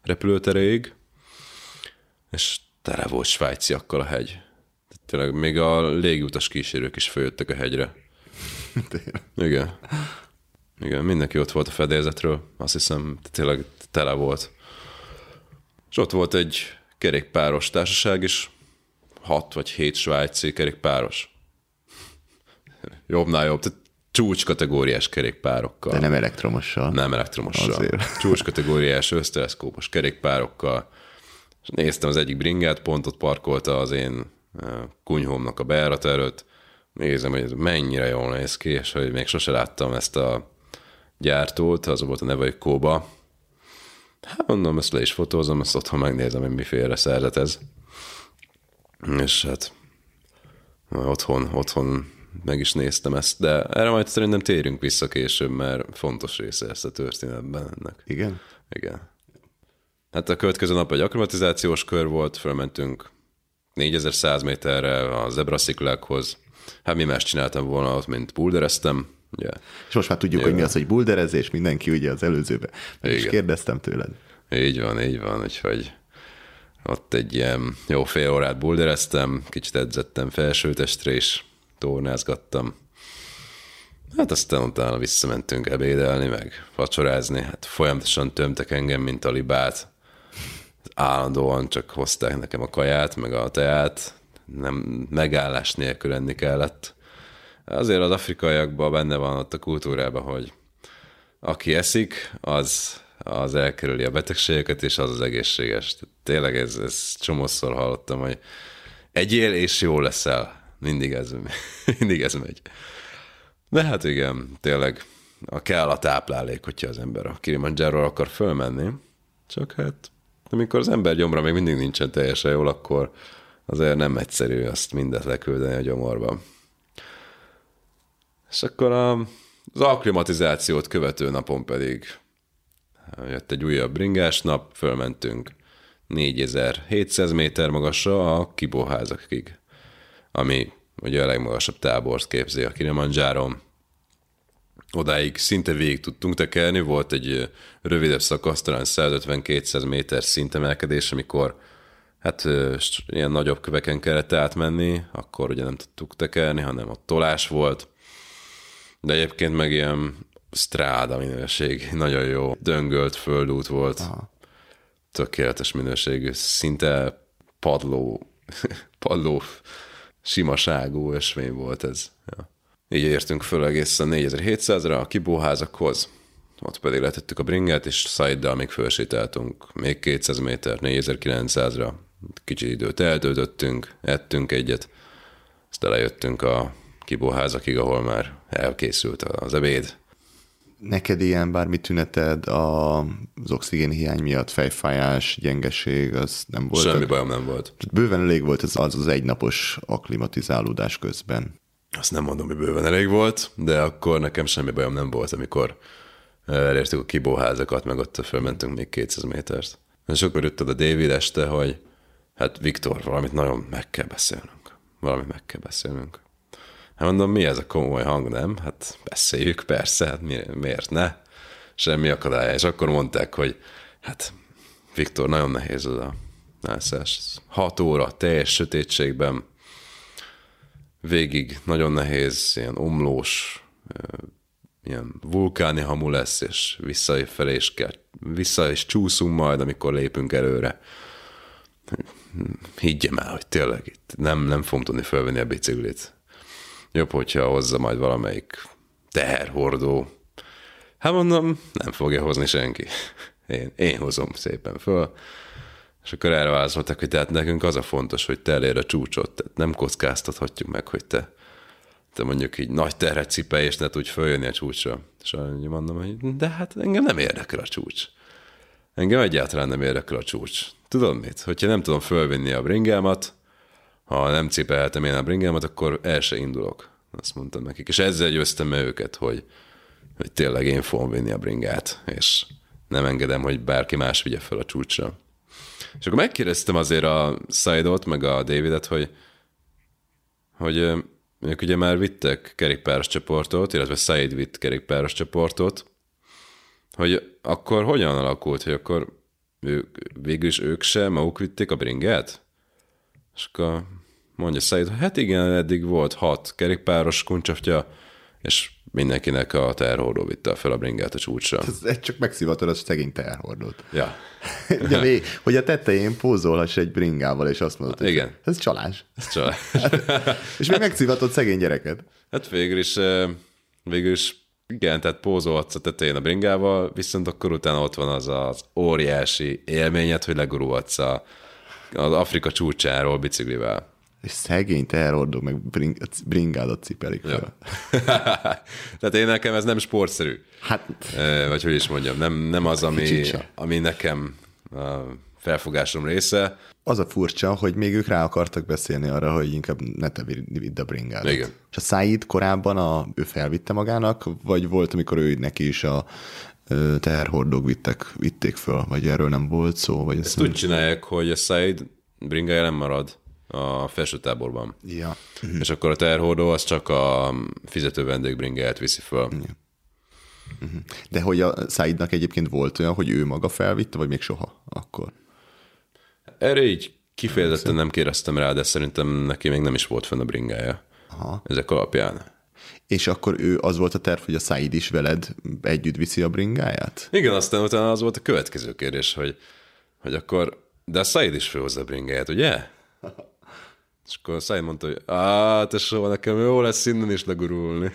repülőteréig, és tele volt svájciakkal a hegy. Tényleg még a légiutas kísérők is följöttek a hegyre. Igen. Igen, mindenki ott volt a fedélzetről, azt hiszem, tényleg tele volt. És ott volt egy kerékpáros társaság is, 6 vagy 7 svájci kerékpáros. Jobbnál jobb, tehát csúcskategóriás kerékpárokkal. De nem elektromossal. Nem elektromossal. Azért. Csúcskategóriás összteleszkópos kerékpárokkal. És néztem az egyik bringát, pont ott parkolta az én kunyhómnak a bejárata előtt. Nézem, hogy ez mennyire jól néz ki, és hogy még sose láttam ezt a gyártót, az volt a neve, hogy Koba. Hát mondom, ezt le is fotózom, ezt otthon megnézem, hogy miféle szerzet ez. És hát otthon meg is néztem ezt, de erre majd szerintem térjünk vissza később, mert fontos része ezt a történetben ennek. Igen? Igen. Hát a következő nap egy akklimatizációs kör volt, fölmentünk 4100 méterre a zebrasziklákhoz. Hát mi más csináltam volna ott, mint bouldereztem. Ugye. És most már tudjuk, hogy mi az, hogy boulderezés, mindenki ugye az előzőben. Meg is kérdeztem tőled. Így van, úgyhogy ott egy ilyen jó fél órát bouldereztem, kicsit edzettem felsőtestre is, tornázgattam. Hát aztán utána visszamentünk ebédelni, meg vacsorázni. Hát folyamatosan tömtek engem, mint a libát. Állandóan csak hozták nekem a kaját, meg a teát. Nem megállás nélkül enni kellett. Azért az afrikaiakban benne van ott a kultúrában, hogy aki eszik, az elkerüli a betegségeket, és az egészséges. Tényleg ez csomószor hallottam, hogy egyél és jól leszel. Mindig ez megy. De hát igen, tényleg kell a táplálék, hogyha az ember a Kilimanjáróra akar fölmenni. Csak hát, amikor az ember gyomra még mindig nincsen teljesen jól, akkor azért nem egyszerű azt mindet leküldeni a gyomorba. És akkor az akklimatizációt követő napon pedig jött egy újabb bringás nap, fölmentünk 4700 méter magasra a Kibóházakig, ami ugye a legmagasabb tábort képzi a Kilimanjáron. Odáig szinte végig tudtunk tekerni, volt egy rövidebb szakasz, talán 150-200 méter szintemelkedés, amikor hát ilyen nagyobb köveken kellett átmenni, akkor ugye nem tudtuk tekerni, hanem ott tolás volt. De egyébként meg ilyen stráda minőség, nagyon jó, döngölt földút volt. Aha. Tökéletes minőségű, szinte padló simaságú ösvény volt ez. Ja. Így értünk föl egészen 4700-ra a Kibóházakhoz, ott pedig letettük a bringát, és Szaiddal még fölsétáltunk még 200 méter, 4900-ra. Kicsi időt eltöltöttünk, ettünk egyet, aztán lejöttünk a Kibóházakig, ahol már elkészült az ebéd. Neked ilyen bármi tüneted az oxigénhiány miatt, fejfájás, gyengeség, az nem volt? Semmi bajom nem volt. Bőven elég volt az egynapos akklimatizálódás közben. Azt nem mondom, hogy bőven elég volt, de akkor nekem semmi bajom nem volt, amikor elértük a Kibóházakat, meg ott fölmentünk még 200 métert. És akkor jött oda David este, hogy hát Viktor, valamit nagyon meg kell beszélnünk. Hát mondom, mi ez a komoly hang, nem? Hát beszéljük, persze, hát miért ne? Semmi akadálya. És akkor mondták, hogy hát Viktor, nagyon nehéz az a nászás. 6 óra teljes sötétségben, végig nagyon nehéz, ilyen omlós, ilyen vulkáni hamu lesz, és vissza is csúszunk majd, amikor lépünk előre. Higgyem el, hogy tényleg itt nem fogom tudni felvenni a biciklit. Jobb, hogyha hozza majd valamelyik teherhordó. Hát mondom, nem fogja hozni senki. Én hozom szépen föl. És akkor erre válaszoltak, hogy tehát nekünk az a fontos, hogy te elér a csúcsot. Tehát nem kockáztathatjuk meg, hogy te mondjuk így nagy terhet cipelj, és ne tudj följönni a csúcsra. És mondom, hogy de hát engem nem érdekel a csúcs. Engem egyáltalán nem érdekel a csúcs. Tudod mit? Hogyha nem tudom fölvinni a bringámat, ha nem cipelhetem én a bringámat, akkor el se indulok. Azt mondtam nekik. És ezzel győztem meg őket, hogy tényleg én fogom vinni a bringát, és nem engedem, hogy bárki más vigye fel a csúcsra. És akkor megkérdeztem azért a Saidot, meg a Davidet, hogy ők ugye már vittek kerékpáros csoportot, illetve Said vitt kerékpáros csoportot, hogy akkor hogyan alakult, hogy akkor végül is ők sem, maguk vitték a bringát? És akkor mondja Said, hát igen, eddig volt 6 kerékpáros kuncsaftja, és mindenkinek a teherhordó vitte fel a bringát a csúcsra. Ez csak megszivatod a szegény teherhordót. Ja. Ugye, hogy a tetején pózolhass egy bringával, és azt mondod, hogy igen. Ez csalás. Ez csalás. És még megszivatod szegény gyereket. Hát végül is igen, tehát pózolhatsz a tetején a bringával, viszont akkor utána ott van az óriási élményed, hogy legurulhatsz az Afrika csúcsáról biciklivel. És szegény teherhordó, meg bringádat cipelik fel. Ja. Tehát én nekem ez nem sportszerű. Hát... Vagy hogy is mondjam, nem az, ami nekem a felfogásom része. Az a furcsa, hogy még ők rá akartak beszélni arra, hogy inkább ne te vidd a bringádat. Igen. És a Said korábban ő felvitte magának, vagy volt, amikor ő neki is a teherhordók vitték föl, vagy erről nem volt szó? Vagy ezt úgy csinálják, hogy a Said bringája nem marad a felső táborban. Ja. És akkor a teherhordó az csak a fizető vendégbringáját viszi föl. Ja. De hogy a Saidnak egyébként volt olyan, hogy ő maga felvitte, vagy még soha akkor? Erre így kifejezetten nem kérdeztem rá, de szerintem neki még nem is volt fenn a bringája. Aha. Ezek alapján. És akkor az volt a terv, hogy a Said is veled együtt viszi a bringáját? Igen, aztán utána az volt a következő kérdés, hogy akkor, de a Said is fölhozza a bringáját, ugye? És akkor a Said mondta, hogy tesó, nekem jó lesz innen is legurulni.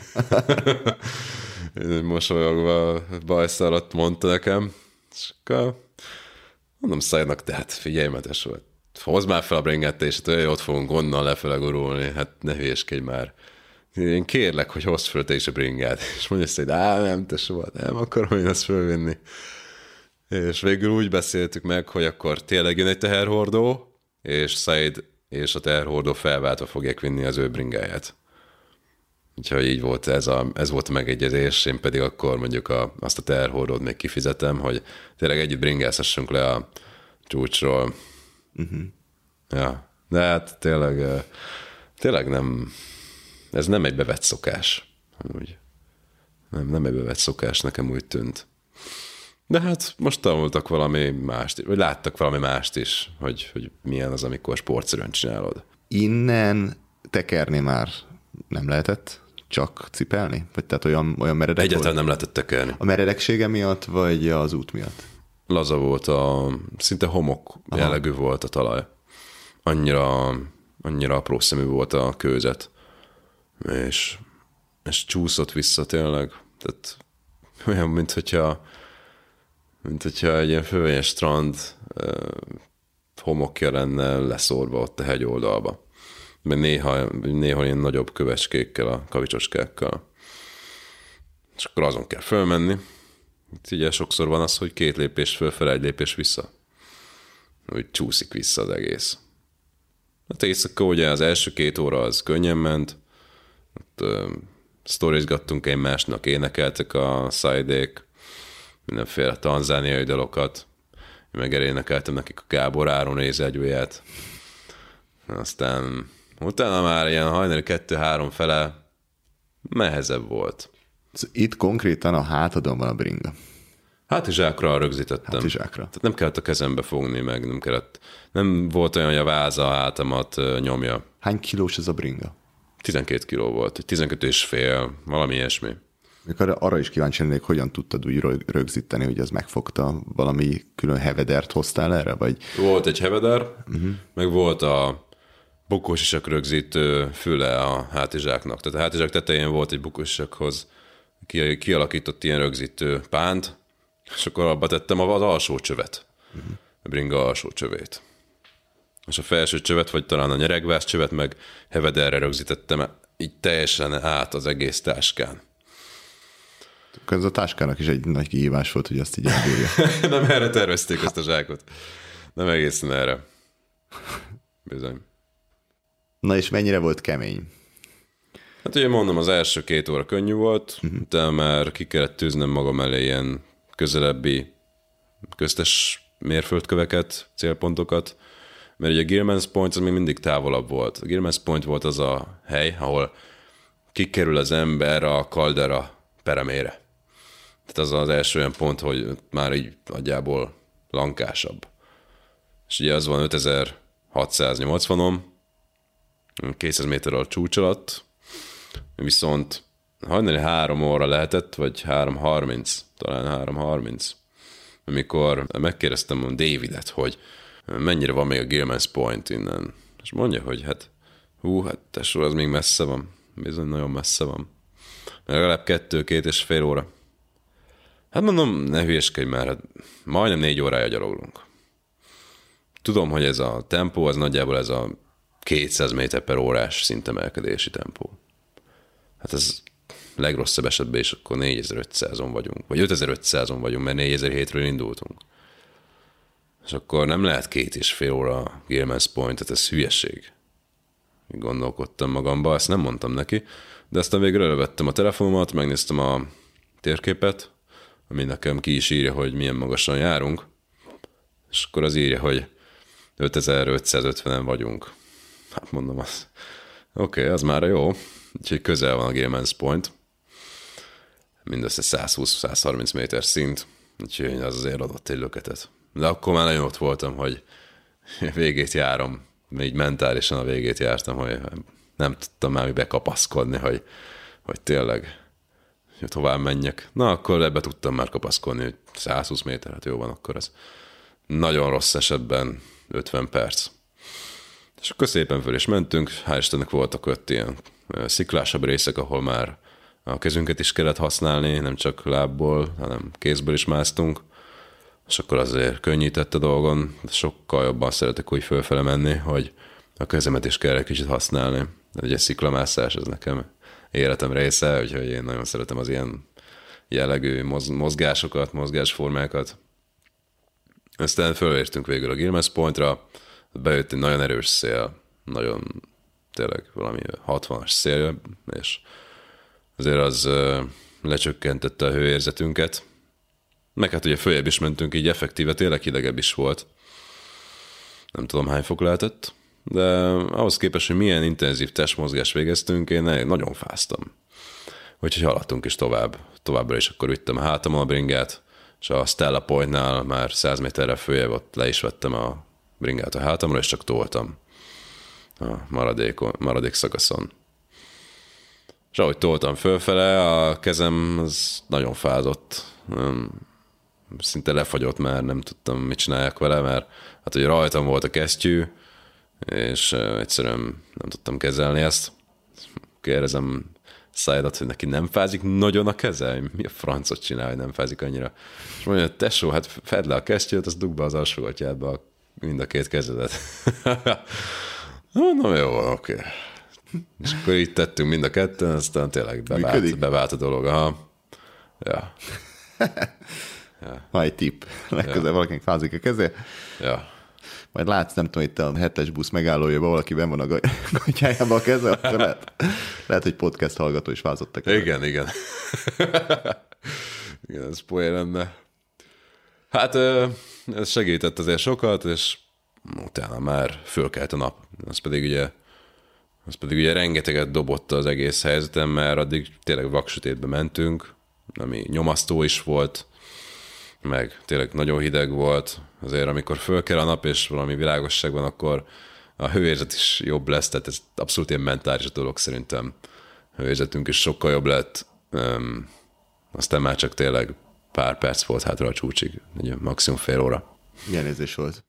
Mosolyogva bajszalat mondta nekem. És akkor mondom Saidnak, tehát figyelj, mert tesó, hozd már fel a bringát, és ott fogunk onnan lefele gurulni, hát ne hülyeskedj már. Én kérlek, hogy hozd föl te is a bringát. És mondja Said, nem tesó, nem akarom én azt fölvinni. És végül úgy beszéltük meg, hogy akkor tényleg jön egy teherhordó, és Said és a teherhordó felváltva fogják vinni az ő bringáját. Úgyhogy így volt ez volt a megegyezés, én pedig akkor mondjuk azt a teherhordót még kifizetem, hogy tényleg együtt bringázhassunk le a csúcsról. Uh-huh. Ja, de hát tényleg nem, ez nem egy bevett szokás. Amúgy. Nem egy bevett szokás, nekem úgy tűnt. De hát most tanultak valami mást, vagy láttak valami mást is, hogy milyen az, amikor sportszerűen csinálod. Innen tekerni már nem lehetett, csak cipelni? Vagy tehát olyan meredek egyáltalán volt? Nem lehetett tekerni. A meredeksége miatt, vagy az út miatt? Laza volt, szinte homok jellegű volt a talaj. Annyira apró szemű volt a kőzet. És csúszott vissza tényleg. Tehát olyan, mint hogyha egy ilyen fölvényes strand homokja lenne leszórva ott a hegyoldalba. Mert néha ilyen nagyobb kövecskékkel, a kavicsoskákkal. És akkor azon kell fölmenni. Itt ugye sokszor van az, hogy 2 lépés fölfele, 1 lépés vissza. Úgy csúszik vissza az egész. Hát éjszaka ugye az első 2 óra az könnyen ment. Ott sztorizgattunk egymásnak, énekeltek a Saidék, mindenféle tanzániai dalokat. Én meg elénekeltem nekik a Gábor Áron Ézelgyúját. Aztán utána már ilyen hajnali 2-3 fele nehezebb volt. Itt konkrétan a hátadon van a bringa. Hátizsákra rögzítettem. Hátizsákra. Tehát nem kellett a kezembe fogni, meg nem volt olyan, hogy a váza a hátamat nyomja. Hány kilós ez a bringa? 12 kiló volt, 12,5, valami ilyesmi. Mikor arra is kíváncsi lennék, hogyan tudtad úgy rögzíteni, hogy ez megfogta, valami külön hevedert hoztál erre? Vagy? Volt egy heveder, meg volt a bukósisak rögzítő füle a hátizsáknak. Tehát a hátizsák tetején volt egy bukósisakhoz kialakított ilyen rögzítő pánt, és akkor abba tettem az alsó csövet, a bringa alsó csövét. És a felső csövet, vagy talán a nyeregvász csövet meg hevederre rögzítettem így teljesen át az egész táskán. Ez a táskának is egy nagy kihívás volt, hogy azt így elbírja. Nem erre tervezték ezt a zsákot. Nem egészen erre. Bizony. Na és mennyire volt kemény? Hát ugye mondom, az első 2 óra könnyű volt, de már ki kellett tűznem magam elé ilyen közelebbi köztes mérföldköveket, célpontokat, mert ugye a Gilman's Point az még mindig távolabb volt. A Gilman's Point volt az a hely, ahol kikerül az ember a kaldera peremére. Tehát az az első olyan pont, hogy már így nagyjából lankásabb. És ugye az van 5680-on, 200 méterrel a csúcs alatt, viszont hajnali 3 óra lehetett, vagy 3:30, talán 3:30, amikor megkérdeztem Davidet, hogy mennyire van még a Gilman's Point innen. És mondja, hogy hát tesó, az még messze van. Bizony nagyon messze van. Legalább 2-2,5 óra. Hát mondom, ne hülyeskedj már, hát majdnem 4 órája gyaloglunk. Tudom, hogy ez a tempó, az nagyjából ez a 200 méter per órás szintemelkedési tempó. Hát ez legrosszabb esetben is akkor 4500-on vagyunk, vagy 5500-on vagyunk, mert 4007-ről indultunk. És akkor nem lehet 2,5 óra Gilman's Point, tehát ez hülyeség. Gondolkodtam magamba, ezt nem mondtam neki, de aztán végül elővettem a telefonomat, megnéztem a térképet, ami nekem ki is írja, hogy milyen magasan járunk, és akkor az írja, hogy 5550-en vagyunk. Hát mondom azt. Oké, az már jó. Úgyhogy közel van a Gilman's Point. Mindössze 120-130 méter szint, úgyhogy az azért adott egy löketet. De akkor már nagyon ott voltam, hogy végét járom. Így mentálisan a végét jártam, hogy nem tudtam már bekapaszkodni, hogy tényleg hogy tovább menjek. Na, akkor ebbe tudtam már kapaszkodni, hogy 120 méter, hát jó van, akkor ez nagyon rossz esetben 50 perc. És akkor szépen föl is mentünk, hál' Istennek voltak ott ilyen sziklásabb részek, ahol már a kezünket is kellett használni, nem csak lábból, hanem kézből is másztunk, és akkor azért könnyített a dolgon, sokkal jobban szeretek úgy fölfele menni, hogy a kezemet is kell egy kicsit használni. De ugye sziklamászás, ez nekem életem része, úgyhogy én nagyon szeretem az ilyen jellegű mozgásokat, mozgásformákat. Aztán fölértünk végül a Gilman's Pointra, bejött egy nagyon erős szél, nagyon tényleg valami 60-as szél, és azért az lecsökkentette a hőérzetünket. Meg hát ugye följebb is mentünk, így effektíve tényleg hidegebb is volt. Nem tudom hány fok lehetett, de ahhoz képest, hogy milyen intenzív testmozgást végeztünk, én nagyon fáztam. Úgyhogy haladtunk is továbbra is akkor vittem a hátamon a bringát, és a Stella Pointnál már 100 méterre följebb ott le is vettem a bringát a hátamra, és csak toltam a maradék szakaszon. És ahogy toltam fölfele, a kezem az nagyon fázott. Szinte lefagyott már, nem tudtam, mit csináljak vele, mert hát ugye rajtam volt a kesztyű, és egyszerűen nem tudtam kezelni ezt. Kérdezem Szájdat, hogy neki nem fázik nagyon a keze? Mi a francot csinál, hogy nem fázik annyira? És mondja, hogy tesó, hát fedd le a kesztyűt, azt dugd be az alsógatyádba mind a két kezedet. Mondom, jó van, oké. És akkor így tettünk mind a ketten, aztán tényleg bevált a dolog. Aha. Ja. Van egy tipp. Legközelebb valakinek fázik a kezé. Ja. Majd látsz, nem tudom, itt a 7-es busz megállójában valaki benn van a gatyájába a keze, akkor lehet, hogy podcast hallgató is fázottak. Igen. Igen, ez poén lenne. Hát ez segített azért sokat, és utána már fölkelt a nap. Az pedig ugye rengeteget dobott az egész helyzetem, mert addig tényleg vaksötétbe mentünk, ami nyomasztó is volt, meg tényleg nagyon hideg volt. Azért amikor fölkel a nap, és valami világosság van, akkor a hőérzet is jobb lesz, tehát ez abszolút ilyen mentális dolog szerintem. A hőérzetünk is sokkal jobb lett, aztán már csak tényleg pár perc volt hátra a csúcsig, ugye maximum fél óra. Milyen érzés volt?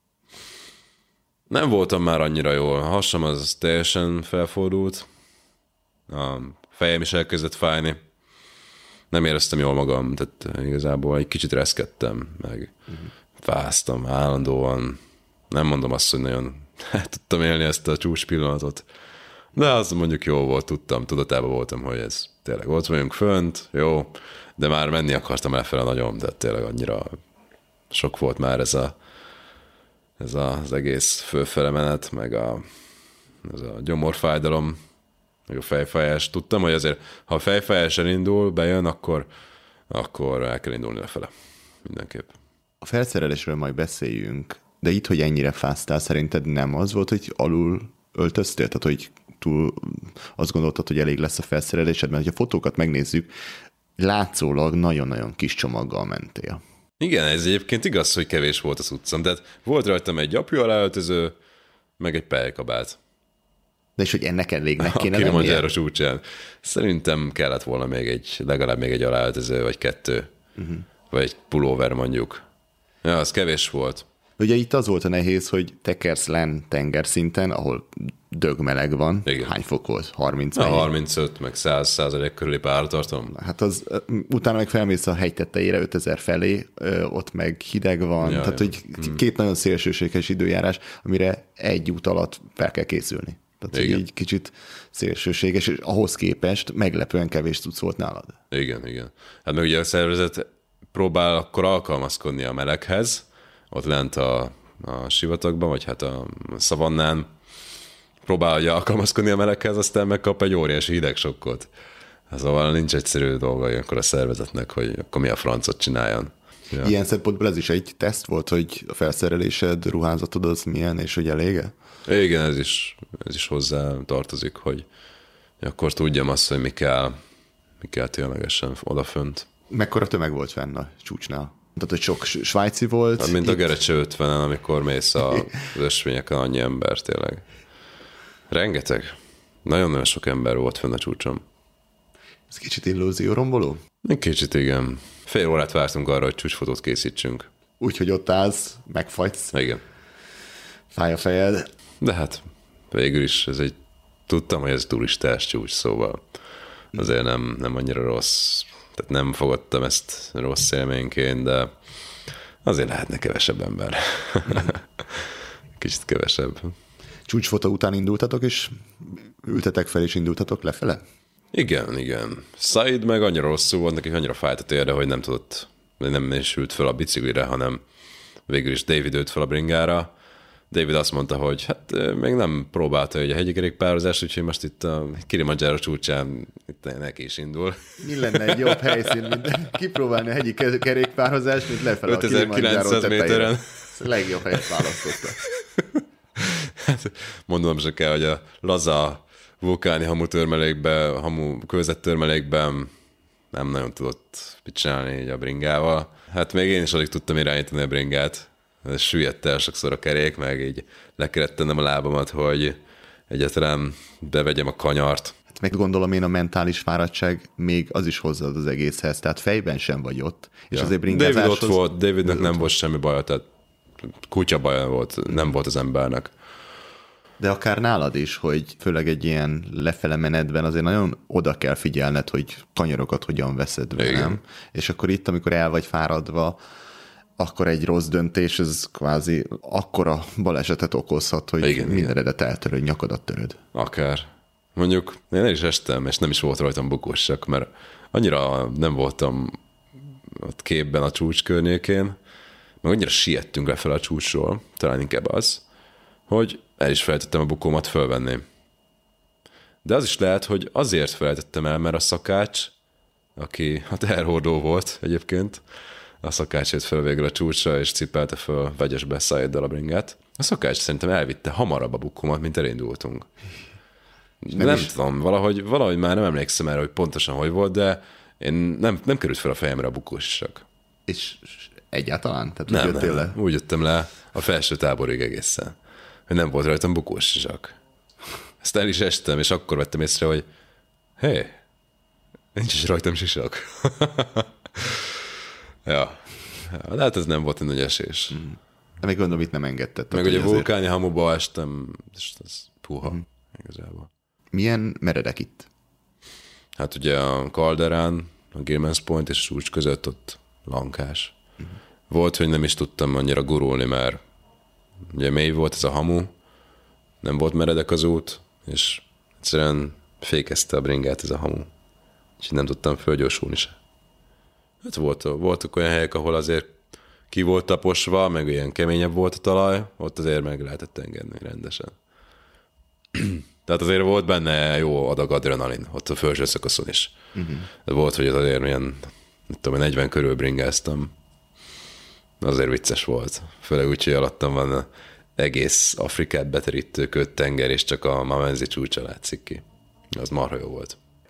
Nem voltam már annyira jól. A hasam az teljesen felfordult, a fejem is elkezdett fájni, nem éreztem jól magam, tehát igazából egy kicsit reszkedtem, meg fáztam állandóan. Nem mondom azt, hogy nagyon tudtam élni ezt a csúcs pillanatot, de az mondjuk jó volt, tudatában voltam, hogy ez tényleg ott vagyunk fönt, jó, de már menni akartam elfele nagyon, de tényleg annyira sok volt már ez az egész fölfele menet, meg ez a gyomorfájdalom, meg a fejfájás. Tudtam, hogy azért, ha a fejfájás elindul, bejön, akkor el kell indulni lefele. Mindenképp. A felszerelésről majd beszéljünk, de itt, hogy ennyire fáztál, szerinted nem az volt, hogy alul öltöztél? Tehát, hogy túl azt gondoltad, hogy elég lesz a felszerelésed? Mert ha a fotókat megnézzük, látszólag nagyon-nagyon kis csomaggal mentél. Igen, ez egyébként igaz, hogy kevés volt az utcam. Tehát volt rajtam egy gyapjú aláöltöző, meg egy pejkabát. De és hogy ennek elégnek kéne A Kilimanjaro lennie? csúcsán. Szerintem kellett volna legalább még egy aláöltöző, vagy 2. Vagy egy pulóver mondjuk. Ja, az kevés volt. Ugye itt az volt a nehéz, hogy tekersz len tengerszinten, ahol dögmeleg van. Igen. Hány fok volt? 30 A mennyi? 35 meg 100% körüli páratartalom. Hát az, utána meg felmész a hegy tetejére 5000 felé, ott meg hideg van, Ja, tehát ja. hogy két nagyon szélsőséges időjárás, amire egy út alatt fel kell készülni. Tehát hogy Igen. így kicsit szélsőséges, és ahhoz képest meglepően kevés cucc volt nálad. Igen. Hát meg ugye a szervezet próbál akkor alkalmazkodni a meleghez, ott lent a sivatagban, vagy hát a szavannán próbálja alkalmazkodni a meleghez, aztán megkap egy óriási hidegsokkot. Szóval nincs egyszerű dolga ilyenkor a szervezetnek, hogy akkor mi a francot csináljon. Ja. Ilyen szempontból ez is egy teszt volt, hogy a felszerelésed, ruházatod az milyen, és hogy elége? Igen, ez is hozzá tartozik, hogy akkor tudjam azt, hogy mi kell ténylegesen odafönt. Mekkora tömeg volt fenn a csúcsnál? Tehát, hogy sok svájci volt. Hát, mint a Gerecse 50-en, amikor mész az ösvényeken, annyi ember tényleg. Rengeteg. Nagyon-nagyon sok ember volt fenn a csúcson. Ez kicsit illúzióromboló? Kicsit igen. Fél órát vártunk arra, hogy csúcsfotót készítsünk. Úgyhogy ott állsz, megfagysz, Igen. fáj a fejed. De hát végül is tudtam, hogy ez turistás csúcs, szóval azért nem annyira rossz. Tehát nem fogadtam ezt rossz élményként, de azért lehetne kevesebb ember. Kicsit kevesebb. Csúcsfotó után indultatok, és ültetek fel, és indultatok lefele? Igen. Said meg annyira rosszul volt, neki annyira fájt a térde, hogy nem is ült fel a biciklire, hanem végül is David ült fel a bringára. David azt mondta, hogy hát még nem próbálta egy a hegyi kerékpározást, úgyhogy most itt a Kilimanjaro csúcsán itt neki is indul. Mi lenne egy jobb helyszín, mint kipróbálni a hegyi kerékpározást, mint lefele a Kilimanjaro 5900 méteren. Ez a legjobb helyet választotta. Hát, mondom se kell, hogy a laza vulkáni hamu kőzettörmelékben nem nagyon tudott mit csinálni így a bringával. Hát még én is alig tudtam irányítani a bringát. Süllyedt el sokszor a kerék, meg így le kellett tennem a lábamat, hogy egyáltalán bevegyem a kanyart. Hát meg gondolom én a mentális fáradtság még az is hozzáad az egészhez, tehát fejben sem vagy ott. És Ja. azért bringázáshoz... David ott volt, Davidnek nem volt semmi baja, tehát kutya baja volt, nem volt az embernek. De akár nálad is, hogy főleg egy ilyen lefele menetben azért nagyon oda kell figyelned, hogy kanyarokat hogyan veszed be, nem? És akkor itt, amikor el vagy fáradva, akkor egy rossz döntés, ez kvázi akkora balesetet okozhat, hogy mindenedet eltöröd, nyakadat töröd. Akár. Mondjuk én el is estem, és nem is volt rajtam bukósak, mert annyira nem voltam ott képben a csúcs környékén, meg annyira siettünk lefelé a csúcsról, talán inkább az, hogy el is felejtettem a bukómat fölvenni. De az is lehet, hogy azért felejtettem el, mert a szakács, aki a teherhordó volt egyébként, a szakács jött fel végül a csúcsra, és cipelte föl vegyesbe Saiddal a bringát. A szakács szerintem elvitte hamarabb a bukómat, mint elindultunk. Nem tudom, valahogy már nem emlékszem erre, hogy pontosan hogy volt, de én nem került fel a fejemre a bukósisak. És egyáltalán? Tehát Nem. Úgy jöttem le a felső táborig egészen, hogy nem volt rajtam bukósisak. Ezt el is estem, és akkor vettem észre, hogy hé, nincs is rajtam sisak. Ja, de hát ez nem volt egy nagy esés. De még gondolom, itt nem engedted. Meg ugye vulkáni hamuba estem, és ez puha igazából. Milyen meredek itt? Hát ugye a Calderán, a Gilman's Point és a csúcs között ott lankás. Volt, hogy nem is tudtam annyira gurulni, mert ugye mély volt ez a hamu, nem volt meredek az út, és egyszerűen fékezte a bringát ez a hamu. Úgyhogy nem tudtam fölgyorsulni se. Hát voltak olyan helyek, ahol azért ki volt taposva, meg ilyen keményebb volt a talaj, ott azért meg lehetett engedni rendesen. Tehát azért volt benne jó adag adrenalin, ott a felső szakaszon is. De volt, hogy azért milyen, 40 körül bringáztam. Azért vicces volt. Főleg úgy, hogy alattam van egész Afrikát beterítő köttenger, és csak a Mamenzi csúcsa látszik ki. Az marha jó volt.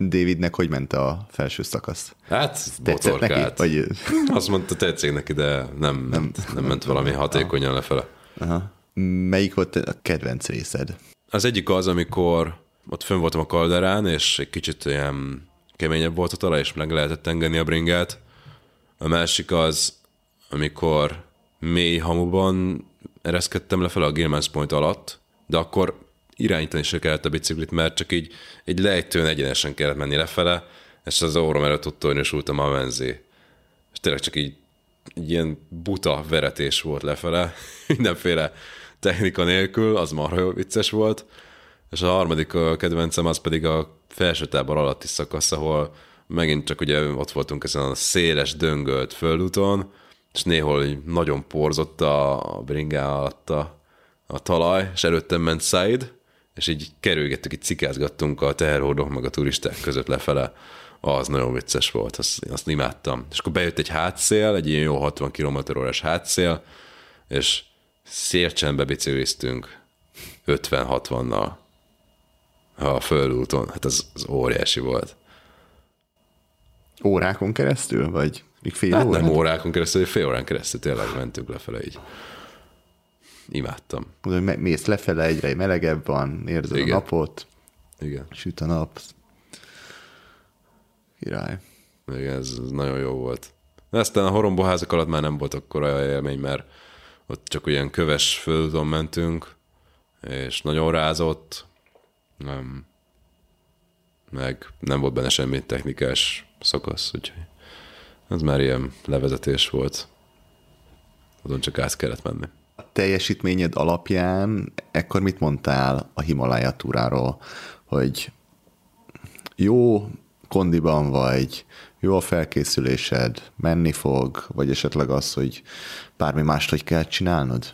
Davidnek hogy ment a felső szakasz? Hát, Tetszett neki? botorkált. Vagy... Azt mondta, tetszik neki, de nem ment valami hatékonyan lefele. Aha. Melyik volt a kedvenc részed? Az egyik az, amikor ott fönn voltam a kalderán, és egy kicsit ilyen keményebb volt a talaj, és meg lehetett engedni a bringát. A másik az, amikor mély hamuban ereszkedtem lefele a Gilman's Point alatt, de akkor irányítani se kellett a biciklit, mert csak így egy lejtőn egyenesen kellett menni lefele, és az orrom előtt ott tornyosultam a menzé. És tényleg csak így ilyen buta veretés volt lefele, mindenféle technika nélkül, az marha jó vicces volt. És a harmadik kedvencem az pedig a felső tábor alatti szakasz, ahol megint csak ugye ott voltunk ezen a széles, döngölt földúton, és néhol nagyon porzott a bringá alatt a talaj, és előttem ment Said, és így kerülgettük, így cikázgattunk a teherhordók meg a turisták között lefele. Az nagyon vicces volt, azt imádtam. És akkor bejött egy hátszél, egy ilyen jó 60 km/h hátszél, és szélcsendbe bicikliztünk 50-60-nal a földúton. Hát az óriási volt. Órákon keresztül? Vagy még fél Hát órán? nem órákon keresztül, fél órán keresztül tényleg mentünk lefele így. Imádtam. Mész lefele, egyre melegebb van, érzed Igen. a napot, Igen. süt a nap. Király. Igen, ez nagyon jó volt. De aztán a Horomboházak alatt már nem volt akkora élmény, mert ott csak olyan köves földön mentünk, és nagyon rázott, meg nem volt benne semmi technikás szakasz, úgyhogy ez már ilyen levezetés volt. Azon csak át kellett menni. A teljesítményed alapján ekkor mit mondtál a Himalája túráról, hogy jó kondiban vagy, jó a felkészülésed, menni fog, vagy esetleg az, hogy bármi mást, hogy kell csinálnod?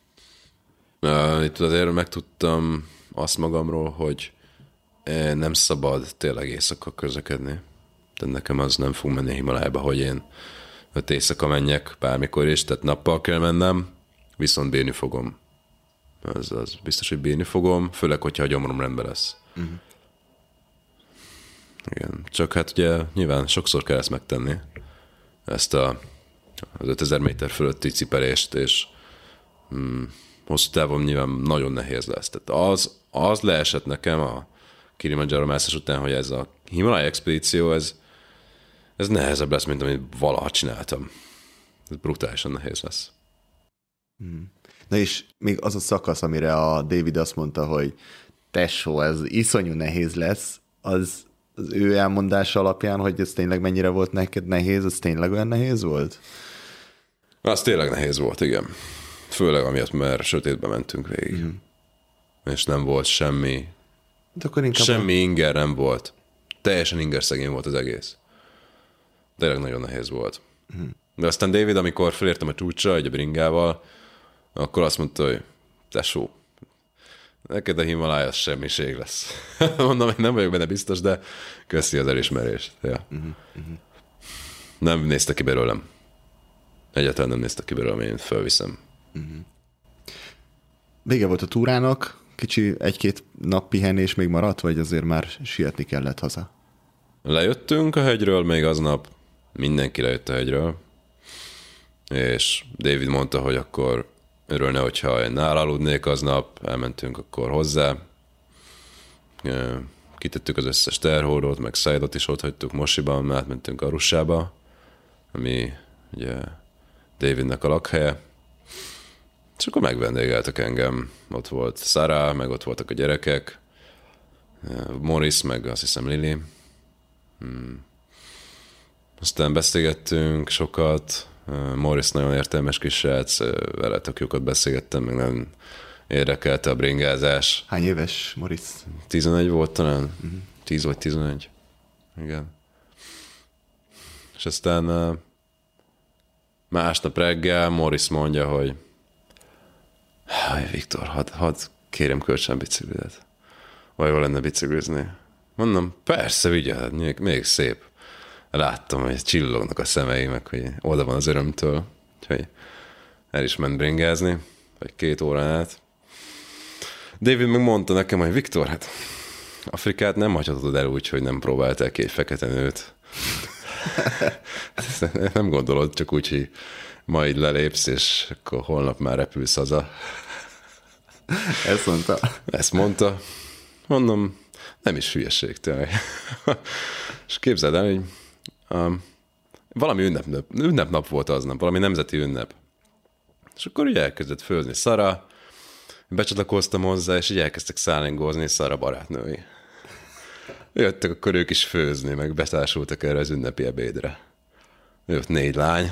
Itt azért megtudtam azt magamról, hogy nem szabad tényleg éjszaka közlekedni. Tehát nekem az nem fog menni Himalájába, hogy én éjszaka menjek bármikor is, tehát nappal kell mennem, viszont bírni fogom. Az biztos, hogy bírni fogom, főleg, hogyha a gyomrom rendben lesz. Uh-huh. Igen, csak hát ugye nyilván sokszor kell ezt megtenni, ezt az 5000 méter fölötti cipelést, és hosszú távon nyilván nagyon nehéz lesz. Tehát az leesett nekem a Kilimanjaro mászás után, hogy ez a Himalája expedíció, ez nehezebb lesz, mint amit valaha csináltam. Ez brutálisan nehéz lesz. Na és még az a szakasz, amire a David azt mondta, hogy tesó, ez iszonyú nehéz lesz, az ő elmondása alapján, hogy ez tényleg mennyire volt neked nehéz, az tényleg olyan nehéz volt? Az tényleg nehéz volt, igen. Főleg amiatt, mert sötétbe mentünk végig. És nem volt semmi, semmi inger nem volt. Teljesen ingerszegény volt az egész. Tényleg nagyon nehéz volt. De aztán David, amikor felértem a csúcsra egy bringával, akkor azt mondta, hogy tesó, neked a Himalája semmiség lesz. Mondom, hogy nem vagyok benne biztos, de köszi az elismerést. Ja. Nem nézte ki belőlem. Egyáltalán nem nézte ki belőlem, én felviszem. Vége volt a túrának, kicsi 1-2 nap pihenés még maradt, vagy azért már sietni kellett haza? Lejöttünk a hegyről még aznap, mindenki lejött a hegyről, és David mondta, hogy akkor örülne, hogyha én nála aludnék aznap, elmentünk akkor hozzá, kitettük az összes terhordót, meg Saidot is ott hagytuk Mosiban, átmentünk Arussába, ami ugye Davidnek a lakhelye, és akkor megvendégeltek engem, ott volt Sarah, meg ott voltak a gyerekek, Morris, meg azt hiszem Lili. Aztán beszélgettünk sokat, Morris nagyon értelmes kis srác, vele tök jókat beszélgettem, meg nagyon érdekelte a bringázás. Hány éves Morris? 11 volt talán, 10 vagy 11. Igen. És aztán másnap reggel Morris mondja, hogy Viktor, hadd kérjem kölcsön biciklidet. Vagy jó lenne biciklizni. Mondom, persze, vigyázz, még szép. Láttam, hogy csillognak a szemei, meg hogy oda van az örömtől. Úgyhogy el is ment bringázni, vagy 2 órán át. David meg mondta nekem, hogy Viktor, hát Afrikát nem hagyhatod el úgy, hogy nem próbáltál ki egy fekete nőt. Nem gondolod csak úgy, hogy majd lelépsz, és akkor holnap már repülsz haza. Ezt mondta. Ezt mondta. Mondom, nem is hülyeség tényleg. És képzeld el, hogy valami ünnepnap volt aznap, valami nemzeti ünnep. És akkor ugye elkezdett főzni Szara, becsatlakoztam hozzá, és így elkezdtek szállingózni Szara barátnői. Jöttek akkor ők is főzni, meg betársultak erre az ünnepi ebédre. Jött 4 lány.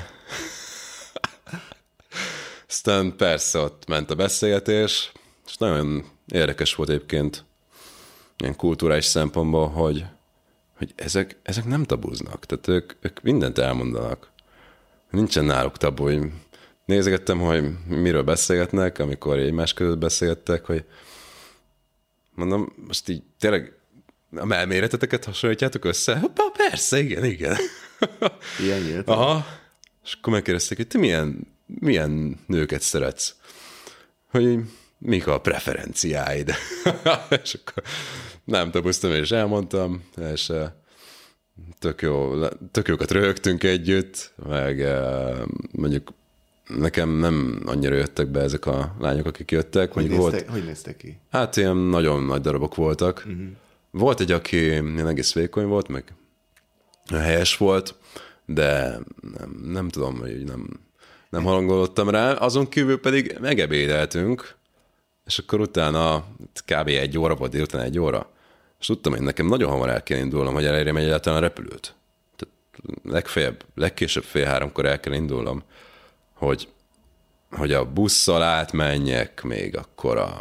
Aztán persze ott ment a beszélgetés, és nagyon érdekes volt egyébként ilyen kulturális szempontból, hogy ezek nem tabuznak. Tehát ők mindent elmondanak. Nincsen náluk tabu, hogy nézegettem, hogy miről beszélgetnek, amikor egymás között beszélgettek, hogy mondom, most így tényleg a melméreteteket hasonlítjátok össze? Hoppá, persze, igen. Ilyen nyílt. Aha. És akkor megkérdezték, hogy te milyen nőket szeretsz? Hogy mik a preferenciáid? És akkor nem tapasztalom, és elmondtam, és tök jókat röhögtünk együtt, meg mondjuk nekem nem annyira jöttek be ezek a lányok, akik jöttek. Hogy néztek ki? Hát ilyen nagyon nagy darabok voltak. Uh-huh. Volt egy, aki ilyen egész vékony volt, meg helyes volt, de nem tudom, hogy nem hangolódtam rá. Azon kívül pedig megebédeltünk, és akkor utána kb. 1 óra volt, délután 1 óra, és tudtam, hogy nekem nagyon hamar el kell indulnom, hogy elérjem egyáltalán a repülőt. Tehát legkésőbb 2:30-kor el kell indulnom, hogy a busszal átmenjek még akkor a